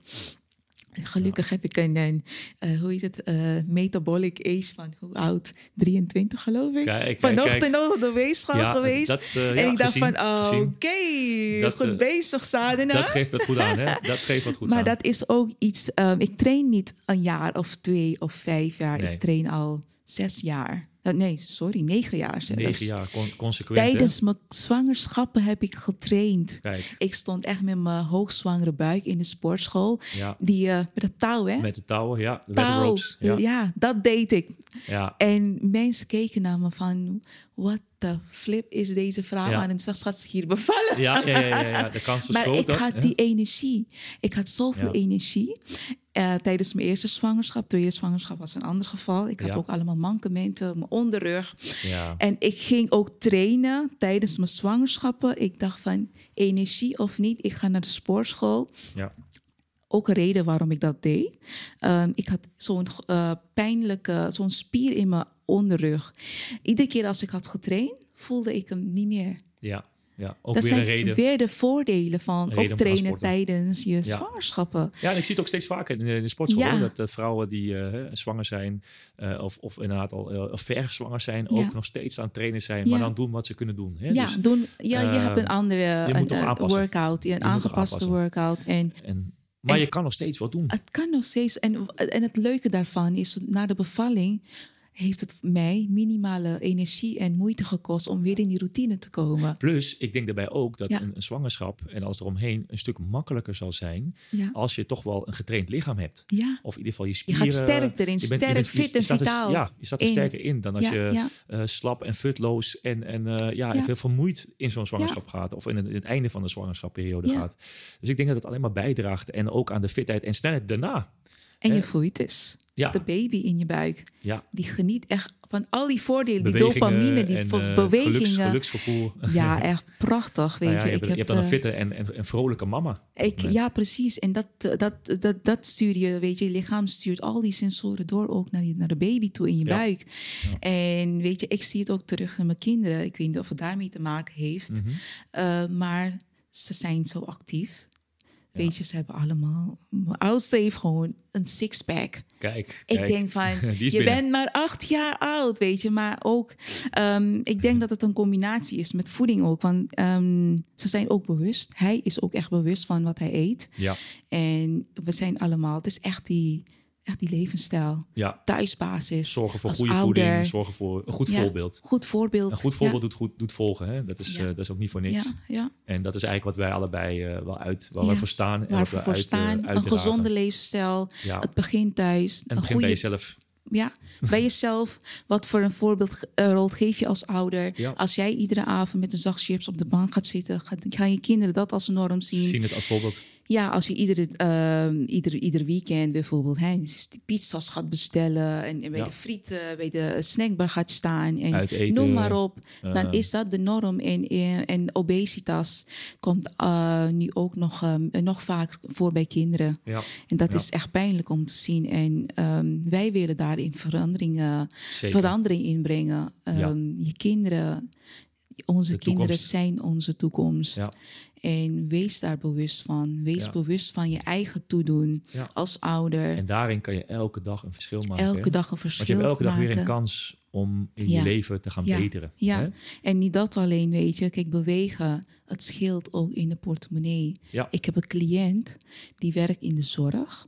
[SPEAKER 3] Gelukkig ja. heb ik een, een uh, hoe heet het, uh, metabolic age van hoe oud? drieëntwintig geloof ik.
[SPEAKER 2] Kijk,
[SPEAKER 3] Vanochtend nog op de weegschaal ja, geweest. Dat, uh, en ja, ik dacht gezien, van, oh, oké, okay, goed uh, bezig, Sadhana.
[SPEAKER 2] Dat geeft het goed aan, hè? Dat geeft wat goed
[SPEAKER 3] maar
[SPEAKER 2] aan.
[SPEAKER 3] Maar dat is ook iets, um, ik train niet een jaar of twee of vijf jaar. Nee. Ik train al zes jaar. Nee, sorry, negen jaar zelfs.
[SPEAKER 2] Negen jaar, con- consequent.
[SPEAKER 3] Tijdens
[SPEAKER 2] hè?
[SPEAKER 3] mijn zwangerschappen heb ik getraind.
[SPEAKER 2] Kijk.
[SPEAKER 3] Ik stond echt met mijn hoogzwangere buik in de sportschool.
[SPEAKER 2] Ja.
[SPEAKER 3] Die, uh, met de touw, hè?
[SPEAKER 2] Met de touwen, ja. De
[SPEAKER 3] touw.
[SPEAKER 2] ropes. Ja.
[SPEAKER 3] ja, dat deed ik.
[SPEAKER 2] Ja.
[SPEAKER 3] En mensen keken naar me van, what the flip is deze vrouw
[SPEAKER 2] ja.
[SPEAKER 3] aan het gaat zich hier bevallen?
[SPEAKER 2] Ja, ja, ja, ja, ja. De kans was
[SPEAKER 3] maar
[SPEAKER 2] groot.
[SPEAKER 3] ik
[SPEAKER 2] dat,
[SPEAKER 3] had
[SPEAKER 2] hè?
[SPEAKER 3] die energie. Ik had zoveel
[SPEAKER 2] ja.
[SPEAKER 3] energie. Uh, tijdens mijn eerste zwangerschap. Tweede zwangerschap was een ander geval. Ik had
[SPEAKER 2] ja.
[SPEAKER 3] ook allemaal mankementen, mijn onderrug.
[SPEAKER 2] Ja.
[SPEAKER 3] En ik ging ook trainen tijdens mijn zwangerschappen. Ik dacht van, energie of niet, ik ga naar de sportschool.
[SPEAKER 2] Ja.
[SPEAKER 3] Ook een reden waarom ik dat deed. Um, ik had zo'n uh, pijnlijke, zo'n spier in mijn onderrug. Iedere keer als ik had getraind, voelde ik hem niet meer.
[SPEAKER 2] Ja. Ja, ook
[SPEAKER 3] dat
[SPEAKER 2] weer
[SPEAKER 3] zijn
[SPEAKER 2] een reden.
[SPEAKER 3] weer de voordelen van optrainen tijdens je
[SPEAKER 2] ja.
[SPEAKER 3] zwangerschappen.
[SPEAKER 2] Ja, en ik zie het ook steeds vaker in de, in de sportschool.
[SPEAKER 3] Ja.
[SPEAKER 2] Dat uh, vrouwen die uh, zwanger zijn uh, of, of inderdaad al uh, ver zwanger zijn... ook ja. nog steeds aan het trainen zijn, ja. maar dan doen wat ze kunnen doen. Hè?
[SPEAKER 3] Ja,
[SPEAKER 2] dus,
[SPEAKER 3] doen, ja uh, je hebt een andere een, een workout, een aangepaste workout. En,
[SPEAKER 2] en, maar en, je kan nog steeds wat doen.
[SPEAKER 3] Het kan nog steeds. En, en het leuke daarvan is, na de bevalling... heeft het mij minimale energie en moeite gekost om weer in die routine te komen.
[SPEAKER 2] Plus, ik denk daarbij ook dat
[SPEAKER 3] ja.
[SPEAKER 2] een, een zwangerschap en alles eromheen een stuk makkelijker zal zijn ja. als je toch wel een getraind lichaam hebt.
[SPEAKER 3] Ja.
[SPEAKER 2] Of in ieder geval je spieren.
[SPEAKER 3] Je gaat sterk erin, sterk, je bent, fit en vitaal.
[SPEAKER 2] Er, ja, je staat er in. sterker in dan als ja, je ja. Uh, slap en futloos en, en uh, ja, ja. En veel vermoeid in zo'n zwangerschap ja. gaat. Of in het, in het einde van de zwangerschapperiode ja. gaat. Dus ik denk dat het alleen maar bijdraagt. En ook aan de fitheid en snelheid daarna.
[SPEAKER 3] En je foetus. Ja. De baby in je buik.
[SPEAKER 2] Ja.
[SPEAKER 3] Die geniet echt van al die voordelen. Die dopamine, die
[SPEAKER 2] en,
[SPEAKER 3] uh, bewegingen.
[SPEAKER 2] Geluks, geluksgevoel.
[SPEAKER 3] Ja, echt prachtig. Weet
[SPEAKER 2] nou ja,
[SPEAKER 3] je.
[SPEAKER 2] je,
[SPEAKER 3] ik
[SPEAKER 2] hebt,
[SPEAKER 3] heb,
[SPEAKER 2] je hebt dan een fitte en, en, en vrolijke mama.
[SPEAKER 3] Ik, ja, precies. En dat, dat, dat, dat stuur je, weet je. Je lichaam stuurt al die sensoren door ook naar, die, naar de baby toe in je ja. buik. Ja. En weet je, ik zie het ook terug in mijn kinderen. Ik weet niet of het daarmee te maken heeft. Mm-hmm. Uh, maar ze zijn zo actief. Ja. Weet je, ze hebben allemaal... Mijn oudste heeft gewoon een sixpack.
[SPEAKER 2] Kijk,
[SPEAKER 3] Ik
[SPEAKER 2] kijk.
[SPEAKER 3] denk van, je
[SPEAKER 2] binnen.
[SPEAKER 3] bent maar acht jaar oud, weet je. Maar ook, um, ik denk dat het een combinatie is met voeding ook. Want um, ze zijn ook bewust. Hij is ook echt bewust van wat hij eet.
[SPEAKER 2] Ja.
[SPEAKER 3] En we zijn allemaal... Het is echt die... Echt die levensstijl.
[SPEAKER 2] Ja.
[SPEAKER 3] Thuisbasis.
[SPEAKER 2] Zorgen voor goede
[SPEAKER 3] ouder.
[SPEAKER 2] voeding. Zorgen voor een goed ja. voorbeeld.
[SPEAKER 3] Goed voorbeeld.
[SPEAKER 2] Een goed voorbeeld
[SPEAKER 3] ja.
[SPEAKER 2] doet, goed, doet volgen. Hè? Dat, is, ja. uh, dat is ook niet voor niks.
[SPEAKER 3] Ja. Ja.
[SPEAKER 2] En dat is eigenlijk wat wij allebei uh, wel uit... Waar
[SPEAKER 3] ja.
[SPEAKER 2] we voor staan. En
[SPEAKER 3] waar
[SPEAKER 2] we
[SPEAKER 3] voor uit, staan. Uh, een gezonde levensstijl. Ja. Het begint thuis.
[SPEAKER 2] En het begint bij jezelf.
[SPEAKER 3] Ja, bij jezelf. Wat voor een voorbeeldrol uh, geef je als ouder?
[SPEAKER 2] Ja.
[SPEAKER 3] Als jij iedere avond met een zak chips op de bank gaat zitten... gaan je kinderen dat als norm zien.
[SPEAKER 2] Zien het als voorbeeld.
[SPEAKER 3] Ja, als je iedere, uh, ieder, ieder weekend bijvoorbeeld hè, pizza's gaat bestellen... en, en bij ja. de frieten, bij de snackbar gaat staan... en
[SPEAKER 2] Uiteten,
[SPEAKER 3] noem maar op,
[SPEAKER 2] uh,
[SPEAKER 3] dan is dat de norm. En, en obesitas komt uh, nu ook nog, um, nog vaker voor bij kinderen.
[SPEAKER 2] Ja.
[SPEAKER 3] En dat
[SPEAKER 2] ja.
[SPEAKER 3] is echt pijnlijk om te zien. En um, wij willen daarin verandering, uh, verandering inbrengen. Um, ja. Je kinderen... Onze kinderen zijn onze toekomst. Ja. En wees daar bewust van. Wees ja. bewust van je eigen toedoen ja. als ouder.
[SPEAKER 2] En daarin kan je elke dag een verschil maken.
[SPEAKER 3] Elke dag een verschil maken.
[SPEAKER 2] Want je hebt elke
[SPEAKER 3] maken.
[SPEAKER 2] dag weer een kans om in
[SPEAKER 3] ja.
[SPEAKER 2] je leven te gaan
[SPEAKER 3] ja.
[SPEAKER 2] beteren.
[SPEAKER 3] Ja,
[SPEAKER 2] hè?
[SPEAKER 3] En niet dat alleen, weet je. Kijk, bewegen, het scheelt ook in de portemonnee.
[SPEAKER 2] Ja.
[SPEAKER 3] Ik heb een cliënt die werkt in de zorg.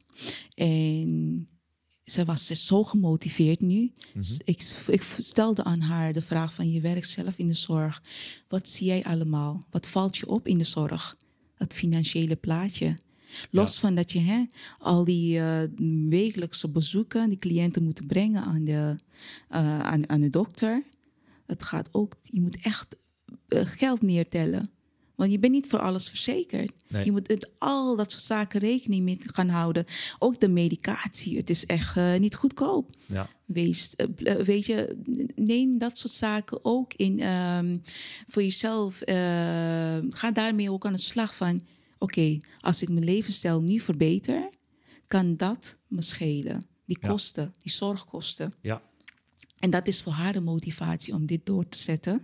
[SPEAKER 3] En... Ze was zo gemotiveerd nu. Mm-hmm. Ik, ik stelde aan haar de vraag van... je werkt zelf in de zorg. Wat zie jij allemaal? Wat valt je op in de zorg? Het financiële plaatje. Los ja. van dat je hè, al die uh, wekelijkse bezoeken... die cliënten moeten brengen aan de, uh, aan, aan de dokter. Het gaat ook... Je moet echt uh, geld neertellen. Want je bent niet voor alles verzekerd.
[SPEAKER 2] Nee.
[SPEAKER 3] Je moet met al dat soort zaken rekening mee gaan houden. Ook de medicatie, het is echt uh, niet goedkoop.
[SPEAKER 2] Ja.
[SPEAKER 3] Wees, uh, weet je, neem dat soort zaken ook in um, voor jezelf. Uh, ga daarmee ook aan de slag van... Oké, okay, als ik mijn levensstijl nu verbeter... kan dat me schelen. Die kosten, ja. die zorgkosten.
[SPEAKER 2] Ja.
[SPEAKER 3] En dat is voor haar de motivatie om dit door te zetten.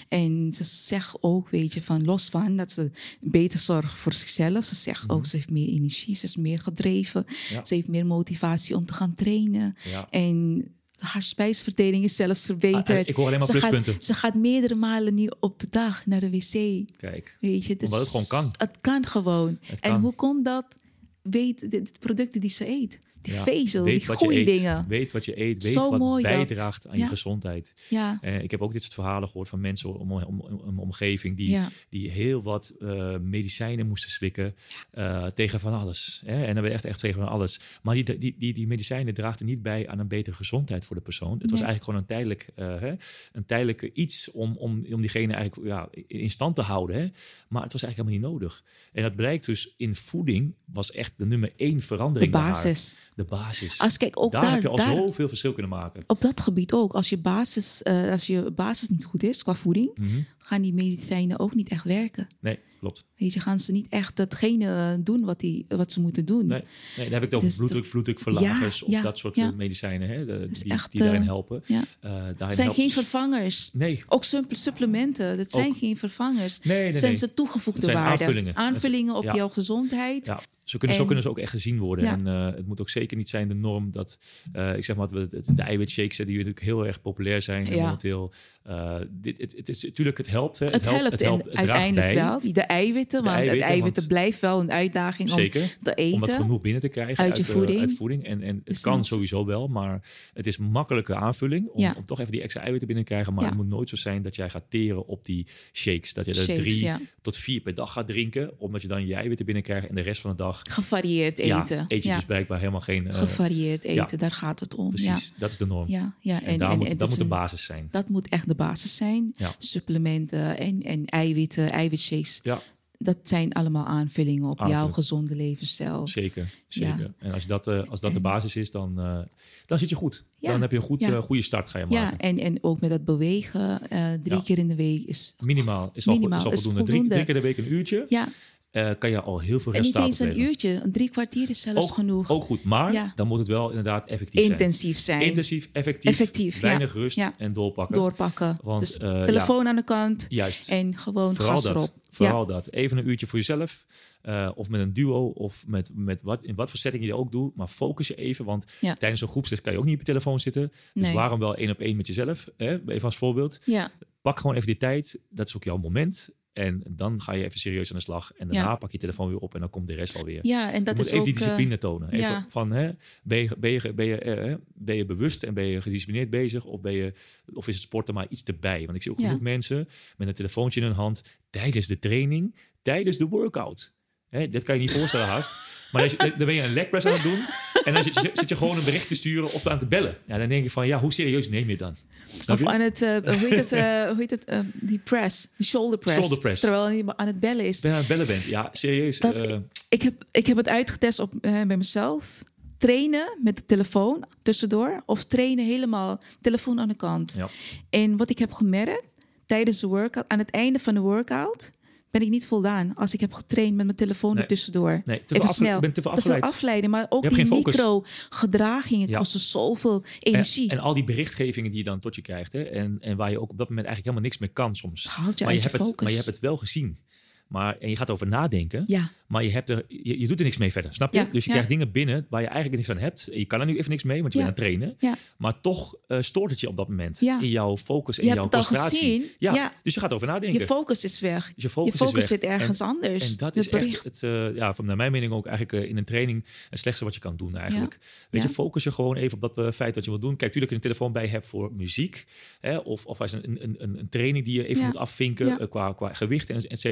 [SPEAKER 3] En ze zegt ook, weet je, van los van dat ze beter zorgt voor zichzelf. Ze zegt mm-hmm. ook, ze heeft meer energie, ze is meer gedreven. Ja. Ze heeft meer motivatie om te gaan trainen. Ja. En haar spijsvertering is zelfs verbeterd.
[SPEAKER 2] Ah, ik hoor alleen maar
[SPEAKER 3] ze
[SPEAKER 2] pluspunten.
[SPEAKER 3] Gaat, ze gaat meerdere malen nu op de dag naar de wc.
[SPEAKER 2] Kijk,
[SPEAKER 3] weet je, dus
[SPEAKER 2] omdat het gewoon kan.
[SPEAKER 3] Het kan gewoon.
[SPEAKER 2] Het
[SPEAKER 3] en
[SPEAKER 2] kan.
[SPEAKER 3] hoe komt dat? Weet de, de producten die ze eet. Die
[SPEAKER 2] ja,
[SPEAKER 3] vezels, die goede dingen.
[SPEAKER 2] Weet wat je eet, weet
[SPEAKER 3] Zo
[SPEAKER 2] wat
[SPEAKER 3] mooi
[SPEAKER 2] bijdraagt
[SPEAKER 3] dat.
[SPEAKER 2] aan
[SPEAKER 3] ja.
[SPEAKER 2] je gezondheid.
[SPEAKER 3] Ja.
[SPEAKER 2] Uh, ik heb ook dit soort verhalen gehoord van mensen om om, om, om omgeving... die, ja. die heel wat uh, medicijnen moesten slikken uh, tegen van alles. Hè? En dan ben je echt, echt tegen van alles. Maar die, die, die, die medicijnen draagden niet bij aan een betere gezondheid voor de persoon. Het nee. was eigenlijk gewoon een tijdelijk, uh, hè, een tijdelijk iets om, om, om diegene eigenlijk ja, in stand te houden. Hè? Maar het was eigenlijk helemaal niet nodig. En dat blijkt dus in voeding was echt de nummer één verandering.
[SPEAKER 3] De basis.
[SPEAKER 2] De basis.
[SPEAKER 3] Als, kijk, ook
[SPEAKER 2] daar,
[SPEAKER 3] daar
[SPEAKER 2] heb je al
[SPEAKER 3] daar,
[SPEAKER 2] zoveel verschil kunnen maken.
[SPEAKER 3] Op dat gebied ook. Als je basis, uh, als je basis niet goed is qua voeding, mm-hmm. gaan die medicijnen ook niet echt werken.
[SPEAKER 2] Nee, klopt.
[SPEAKER 3] Weet je, gaan ze niet echt datgene doen wat, die, wat ze moeten doen.
[SPEAKER 2] Nee, nee dan heb ik het over dus bloeddruk, bloeddrukverlagers ja, of ja, dat soort ja. medicijnen hè, de, die, echt, die daarin helpen.
[SPEAKER 3] Ja. Uh, daarin het zijn helpt geen vervangers.
[SPEAKER 2] Nee.
[SPEAKER 3] Ook supplementen, dat zijn ook. geen vervangers. Nee, nee, nee. Zijn ze toegevoegde
[SPEAKER 2] zijn
[SPEAKER 3] waarden.
[SPEAKER 2] Aanvullingen.
[SPEAKER 3] Aanvullingen op ja. jouw gezondheid.
[SPEAKER 2] Ja. Zo kunnen, en, zo kunnen ze ook echt gezien worden. Ja. En uh, het moet ook zeker niet zijn de norm dat, uh, ik zeg maar, de, de eiwitshakes die natuurlijk heel erg populair zijn ja. momenteel. Uh, dit, het, het is natuurlijk, het helpt. Hè. Het,
[SPEAKER 3] het helpt, helpt, het helpt het uiteindelijk wel. De eiwitten, de want eiwitten, het eiwitten want, blijft wel een uitdaging
[SPEAKER 2] zeker,
[SPEAKER 3] om te eten.
[SPEAKER 2] Om dat genoeg binnen te krijgen
[SPEAKER 3] uit je
[SPEAKER 2] uit,
[SPEAKER 3] voeding.
[SPEAKER 2] Uh, uit voeding. En, en het kan sowieso wel, maar het is een makkelijke aanvulling om, ja. om toch even die extra eiwitten binnen te krijgen. Maar ja. het moet nooit zo zijn dat jij gaat teren op die shakes. Dat je er shakes, drie ja. tot vier per dag gaat drinken, omdat je dan je eiwitten binnenkrijgt en de rest van de dag
[SPEAKER 3] gevarieerd eten.
[SPEAKER 2] Ja, eet je ja. dus blijkbaar helemaal geen... Uh,
[SPEAKER 3] gevarieerd eten, ja. daar gaat het om.
[SPEAKER 2] Precies,
[SPEAKER 3] ja.
[SPEAKER 2] dat is de norm.
[SPEAKER 3] Ja, ja.
[SPEAKER 2] En,
[SPEAKER 3] en,
[SPEAKER 2] daar
[SPEAKER 3] en,
[SPEAKER 2] moet,
[SPEAKER 3] en
[SPEAKER 2] dat moet de
[SPEAKER 3] een,
[SPEAKER 2] basis zijn.
[SPEAKER 3] Dat moet echt de basis zijn.
[SPEAKER 2] Ja.
[SPEAKER 3] Supplementen en, en eiwitten, eiwitshakes.
[SPEAKER 2] Ja.
[SPEAKER 3] Dat zijn allemaal aanvullingen op
[SPEAKER 2] Aanvulling.
[SPEAKER 3] jouw gezonde levensstijl.
[SPEAKER 2] Zeker, zeker. Ja. En als, je dat, uh, als dat en, de basis is, dan, uh, dan zit je goed. Ja. Dan heb je een goed, ja. uh, goede start ga je maken.
[SPEAKER 3] Ja, en, en ook met dat bewegen, uh, drie ja. keer in de week is...
[SPEAKER 2] Minimaal is al,
[SPEAKER 3] minimaal,
[SPEAKER 2] is al
[SPEAKER 3] is
[SPEAKER 2] voldoende.
[SPEAKER 3] voldoende.
[SPEAKER 2] Drie, drie keer in de week een uurtje.
[SPEAKER 3] Ja.
[SPEAKER 2] Uh, kan je al heel veel
[SPEAKER 3] en
[SPEAKER 2] resultaten
[SPEAKER 3] niet eens een uurtje, een drie kwartier is zelfs
[SPEAKER 2] ook,
[SPEAKER 3] genoeg.
[SPEAKER 2] Ook goed, maar ja. dan moet het wel inderdaad effectief zijn.
[SPEAKER 3] Intensief zijn.
[SPEAKER 2] Intensief, effectief,
[SPEAKER 3] effectief
[SPEAKER 2] weinig
[SPEAKER 3] ja.
[SPEAKER 2] rust
[SPEAKER 3] ja.
[SPEAKER 2] en doorpakken.
[SPEAKER 3] Doorpakken.
[SPEAKER 2] Want,
[SPEAKER 3] dus
[SPEAKER 2] uh,
[SPEAKER 3] telefoon
[SPEAKER 2] ja.
[SPEAKER 3] aan de kant
[SPEAKER 2] Juist.
[SPEAKER 3] en gewoon
[SPEAKER 2] vooral
[SPEAKER 3] gas
[SPEAKER 2] dat,
[SPEAKER 3] erop.
[SPEAKER 2] Vooral
[SPEAKER 3] ja.
[SPEAKER 2] dat. Even een uurtje voor jezelf. Uh, of met een duo of met, met wat, in wat voor setting je ook doet. Maar focus je even, want ja. tijdens een groepsles kan je ook niet op je telefoon zitten. Dus nee. waarom wel één op één met jezelf? Hè? Even als voorbeeld.
[SPEAKER 3] Ja.
[SPEAKER 2] Pak gewoon even die tijd. Dat is ook jouw moment. En dan ga je even serieus aan de slag. En daarna ja. pak je je telefoon weer op en dan komt de rest wel weer.
[SPEAKER 3] Ja, en dat
[SPEAKER 2] je
[SPEAKER 3] is
[SPEAKER 2] moet even
[SPEAKER 3] ook,
[SPEAKER 2] die discipline tonen. Even
[SPEAKER 3] ja.
[SPEAKER 2] van, hè, ben, je, ben, je, ben, je, eh, ben je bewust en ben je gedisciplineerd bezig? Of, ben je, of is het sporten maar iets erbij? Want ik zie ook genoeg ja. mensen met een telefoontje in hun hand tijdens de training, tijdens de workout. Hè, dat kan je niet voorstellen haast. Maar dan, dan ben je een leg press aan het doen. En dan zit je, zit je gewoon een bericht te sturen of aan te bellen. Ja, dan denk je van, ja, hoe serieus neem je het dan?
[SPEAKER 3] Snap je? Of aan het, uh, hoe heet het, uh, hoe heet het uh, die press, die shoulder press.
[SPEAKER 2] Shoulder press.
[SPEAKER 3] Terwijl je aan het bellen is.
[SPEAKER 2] Ben je aan het bellen bent, ja, serieus.
[SPEAKER 3] Dat,
[SPEAKER 2] uh,
[SPEAKER 3] ik, heb, ik heb het uitgetest op, uh, bij mezelf. Trainen met de telefoon tussendoor. Of trainen helemaal, telefoon aan de kant.
[SPEAKER 2] Ja.
[SPEAKER 3] En wat ik heb gemerkt, tijdens de workout, aan het einde van de workout... ben ik niet voldaan als ik heb getraind met mijn telefoon nee. er tussendoor.
[SPEAKER 2] Nee, te veel, afle- ben te veel afgeleid.
[SPEAKER 3] Te veel afleiden, maar ook die micro-gedragingen
[SPEAKER 2] ja.
[SPEAKER 3] kosten zoveel energie.
[SPEAKER 2] En, en al die berichtgevingen die je dan tot je krijgt. Hè, en, en waar je ook op dat moment eigenlijk helemaal niks meer kan soms.
[SPEAKER 3] Haalt je
[SPEAKER 2] maar,
[SPEAKER 3] uit
[SPEAKER 2] je
[SPEAKER 3] je
[SPEAKER 2] hebt
[SPEAKER 3] focus.
[SPEAKER 2] het, maar je hebt het wel gezien. Maar, en je gaat erover nadenken,
[SPEAKER 3] ja.
[SPEAKER 2] maar je, hebt er, je, je doet er niks mee verder, snap je?
[SPEAKER 3] Ja,
[SPEAKER 2] dus je
[SPEAKER 3] ja.
[SPEAKER 2] krijgt dingen binnen waar je eigenlijk niks aan hebt. Je kan er nu even niks mee, want je
[SPEAKER 3] ja.
[SPEAKER 2] bent aan het trainen.
[SPEAKER 3] Ja.
[SPEAKER 2] Maar toch uh, stoort het je op dat moment
[SPEAKER 3] ja.
[SPEAKER 2] in jouw focus en
[SPEAKER 3] je
[SPEAKER 2] jouw
[SPEAKER 3] hebt het
[SPEAKER 2] concentratie.
[SPEAKER 3] Al gezien.
[SPEAKER 2] Ja.
[SPEAKER 3] Ja.
[SPEAKER 2] Dus je gaat erover nadenken.
[SPEAKER 3] Je focus is weg.
[SPEAKER 2] Dus je focus,
[SPEAKER 3] je focus
[SPEAKER 2] is weg.
[SPEAKER 3] zit ergens
[SPEAKER 2] en,
[SPEAKER 3] anders.
[SPEAKER 2] En dat
[SPEAKER 3] het
[SPEAKER 2] is echt, het, uh, ja, van naar mijn mening ook eigenlijk uh, in een training het slechtste wat je kan doen eigenlijk. Ja. Weet
[SPEAKER 3] ja.
[SPEAKER 2] je, focus je gewoon even op dat uh, feit wat je wil doen. Kijk, natuurlijk een telefoon bij je hebt voor muziek. Hè, of, of als een, een, een, een training die je even ja. moet afvinken ja. uh, qua, qua gewicht en et cetera.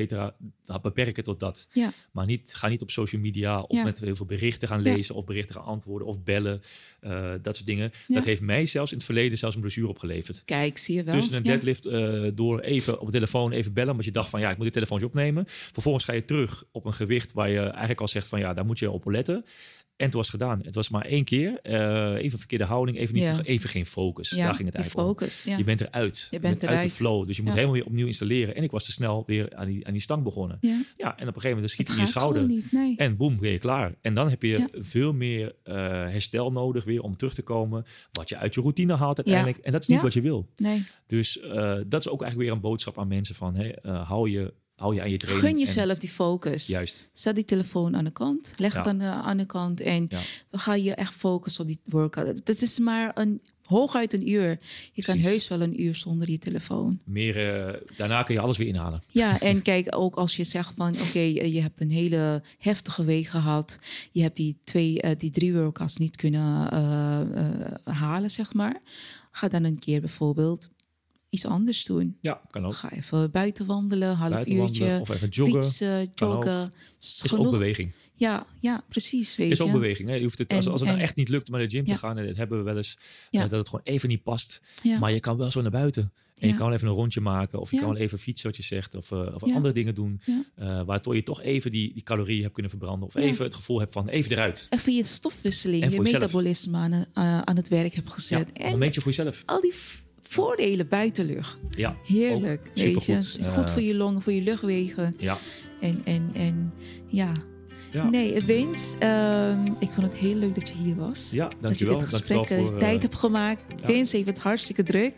[SPEAKER 2] beperken tot dat.
[SPEAKER 3] Ja.
[SPEAKER 2] Maar niet, ga niet op social media of
[SPEAKER 3] Ja.
[SPEAKER 2] met heel veel berichten gaan lezen... Ja. of berichten gaan antwoorden of bellen. Uh, dat soort dingen.
[SPEAKER 3] Ja.
[SPEAKER 2] Dat heeft mij zelfs in het verleden zelfs een blessure opgeleverd.
[SPEAKER 3] Kijk, zie je wel.
[SPEAKER 2] Tussen een deadlift uh, door even op de telefoon even bellen... omdat je dacht van ja, ik moet dit telefoontje opnemen. Vervolgens ga je terug op een gewicht waar je eigenlijk al zegt van ja, daar moet je op letten... En het was gedaan. Het was maar één keer. Uh, even verkeerde houding. Even, niet,
[SPEAKER 3] ja.
[SPEAKER 2] even geen focus.
[SPEAKER 3] Ja,
[SPEAKER 2] Daar ging het eigenlijk
[SPEAKER 3] focus,
[SPEAKER 2] om.
[SPEAKER 3] Ja.
[SPEAKER 2] Je bent eruit. Je,
[SPEAKER 3] je
[SPEAKER 2] bent,
[SPEAKER 3] bent
[SPEAKER 2] uit de flow. Dus je moet
[SPEAKER 3] ja.
[SPEAKER 2] helemaal weer opnieuw installeren. En ik was te snel weer aan die, aan die stang begonnen.
[SPEAKER 3] Ja.
[SPEAKER 2] ja, en op een gegeven moment schiet
[SPEAKER 3] het
[SPEAKER 2] je in je schouder.
[SPEAKER 3] Niet, nee.
[SPEAKER 2] En boem, ben je klaar. En dan heb je
[SPEAKER 3] ja.
[SPEAKER 2] veel meer uh, herstel nodig weer om terug te komen. Wat je uit je routine haalt uiteindelijk. Ja. En dat is niet
[SPEAKER 3] ja.
[SPEAKER 2] wat je wil.
[SPEAKER 3] Nee.
[SPEAKER 2] Dus uh, dat is ook eigenlijk weer een boodschap aan mensen van... Hey, uh, hou je... Hou je aan je training.
[SPEAKER 3] Gun jezelf
[SPEAKER 2] en...
[SPEAKER 3] die focus.
[SPEAKER 2] Juist.
[SPEAKER 3] Zet die telefoon aan de kant. Leg
[SPEAKER 2] ja.
[SPEAKER 3] het aan de, aan de kant. En
[SPEAKER 2] ja.
[SPEAKER 3] we gaan je echt focussen op die workout. Het is maar een, hooguit een uur. Je Precies. kan heus wel een uur zonder je telefoon.
[SPEAKER 2] Meer, uh, daarna kun je alles weer inhalen.
[SPEAKER 3] Ja, en kijk, ook als je zegt van... oké, okay, je hebt een hele heftige week gehad. Je hebt die, twee, uh, die drie workouts niet kunnen uh, uh, halen, zeg maar. Ga dan een keer bijvoorbeeld... iets anders doen.
[SPEAKER 2] Ja, kan ook.
[SPEAKER 3] Ga even buiten wandelen, half
[SPEAKER 2] buiten
[SPEAKER 3] uurtje.
[SPEAKER 2] Wandelen, of even joggen.
[SPEAKER 3] Fietsen, joggen.
[SPEAKER 2] Is, is ook beweging.
[SPEAKER 3] Ja, ja, precies. Weet
[SPEAKER 2] is ook
[SPEAKER 3] je.
[SPEAKER 2] beweging. Hè? Je hoeft het, en, als, als het nou echt niet lukt om naar de gym
[SPEAKER 3] ja.
[SPEAKER 2] te gaan... en dat hebben we wel eens,
[SPEAKER 3] ja.
[SPEAKER 2] uh, dat het gewoon even niet past.
[SPEAKER 3] Ja.
[SPEAKER 2] Maar je kan wel zo naar buiten. En
[SPEAKER 3] ja.
[SPEAKER 2] je kan wel even een rondje maken. Of je
[SPEAKER 3] ja.
[SPEAKER 2] kan wel even fietsen, wat je zegt. Of, uh, of
[SPEAKER 3] ja.
[SPEAKER 2] andere dingen doen.
[SPEAKER 3] Ja.
[SPEAKER 2] Uh, waardoor je toch even die, die calorieën hebt kunnen verbranden. Of
[SPEAKER 3] ja.
[SPEAKER 2] even het gevoel hebt van even eruit.
[SPEAKER 3] Even je stofwisseling,
[SPEAKER 2] en
[SPEAKER 3] je metabolisme aan, uh, aan het werk hebt gezet.
[SPEAKER 2] Ja, een momentje voor jezelf.
[SPEAKER 3] Al die voordelen buitenlucht.
[SPEAKER 2] Ja,
[SPEAKER 3] heerlijk.
[SPEAKER 2] Supergoed.
[SPEAKER 3] Uh, goed voor je longen, voor je luchtwegen.
[SPEAKER 2] Ja.
[SPEAKER 3] En, en, en ja...
[SPEAKER 2] Ja.
[SPEAKER 3] Nee, Vince, uh, ik vond het heel leuk dat je hier was.
[SPEAKER 2] Ja, dankjewel.
[SPEAKER 3] Dat je dit gesprek
[SPEAKER 2] voor, uh,
[SPEAKER 3] tijd hebt gemaakt. Ja. Vince heeft het hartstikke druk.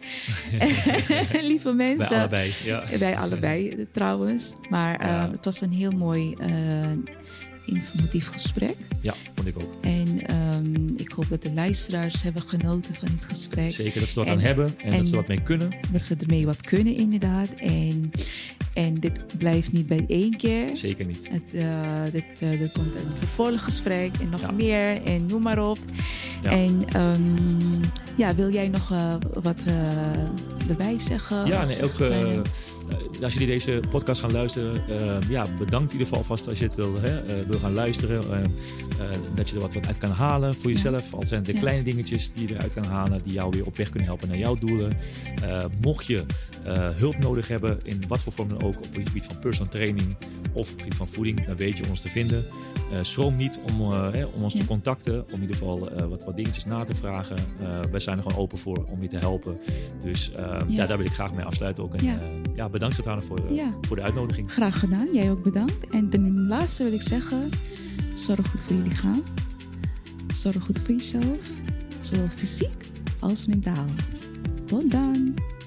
[SPEAKER 3] Lieve mensen.
[SPEAKER 2] Bij allebei, ja.
[SPEAKER 3] Bij allebei trouwens. Maar uh, ja. het was een heel mooi uh, informatief gesprek.
[SPEAKER 2] Ja, vond ik ook.
[SPEAKER 3] En um, ik hoop dat de luisteraars hebben genoten van het gesprek.
[SPEAKER 2] Zeker, dat ze er wat en, aan hebben en, en dat ze er wat mee kunnen.
[SPEAKER 3] Dat ze ermee wat kunnen, inderdaad. En... En dit blijft niet bij één keer.
[SPEAKER 2] Zeker niet.
[SPEAKER 3] Het, uh, dit, uh, dit komt een vervolggesprek en nog ja. meer en noem maar op. Ja. En um, ja, wil jij nog uh, wat uh, erbij zeggen?
[SPEAKER 2] Ja, nee, ook uh, uh, als jullie deze podcast gaan luisteren, uh, ja, bedankt in ieder geval vast als je het wil, hè, uh, wil gaan luisteren. Uh, uh, dat je er wat, wat uit kan halen voor jezelf. Ja. Al zijn het de ja. kleine dingetjes die je eruit kan halen, die jou weer op weg kunnen helpen naar jouw doelen. Uh, mocht je uh, hulp nodig hebben, in wat voor vorm dan ook, op het gebied van personal training of op het gebied van voeding, dan weet je ons te vinden. Uh, schroom niet om, uh, hè, om ons ja. te contacten, om in ieder geval uh, wat, wat dingetjes na te vragen. Uh, wij zijn er gewoon open voor om je te helpen. Dus uh, ja. Ja, daar wil ik graag mee afsluiten ook. En ja. Uh, ja, bedankt Svetlana voor, uh, ja. voor de uitnodiging.
[SPEAKER 3] Graag gedaan, jij ook bedankt. En ten laatste wil ik zeggen, zorg goed voor je lichaam. Zorg goed voor jezelf, zowel fysiek als mentaal. Tot dan!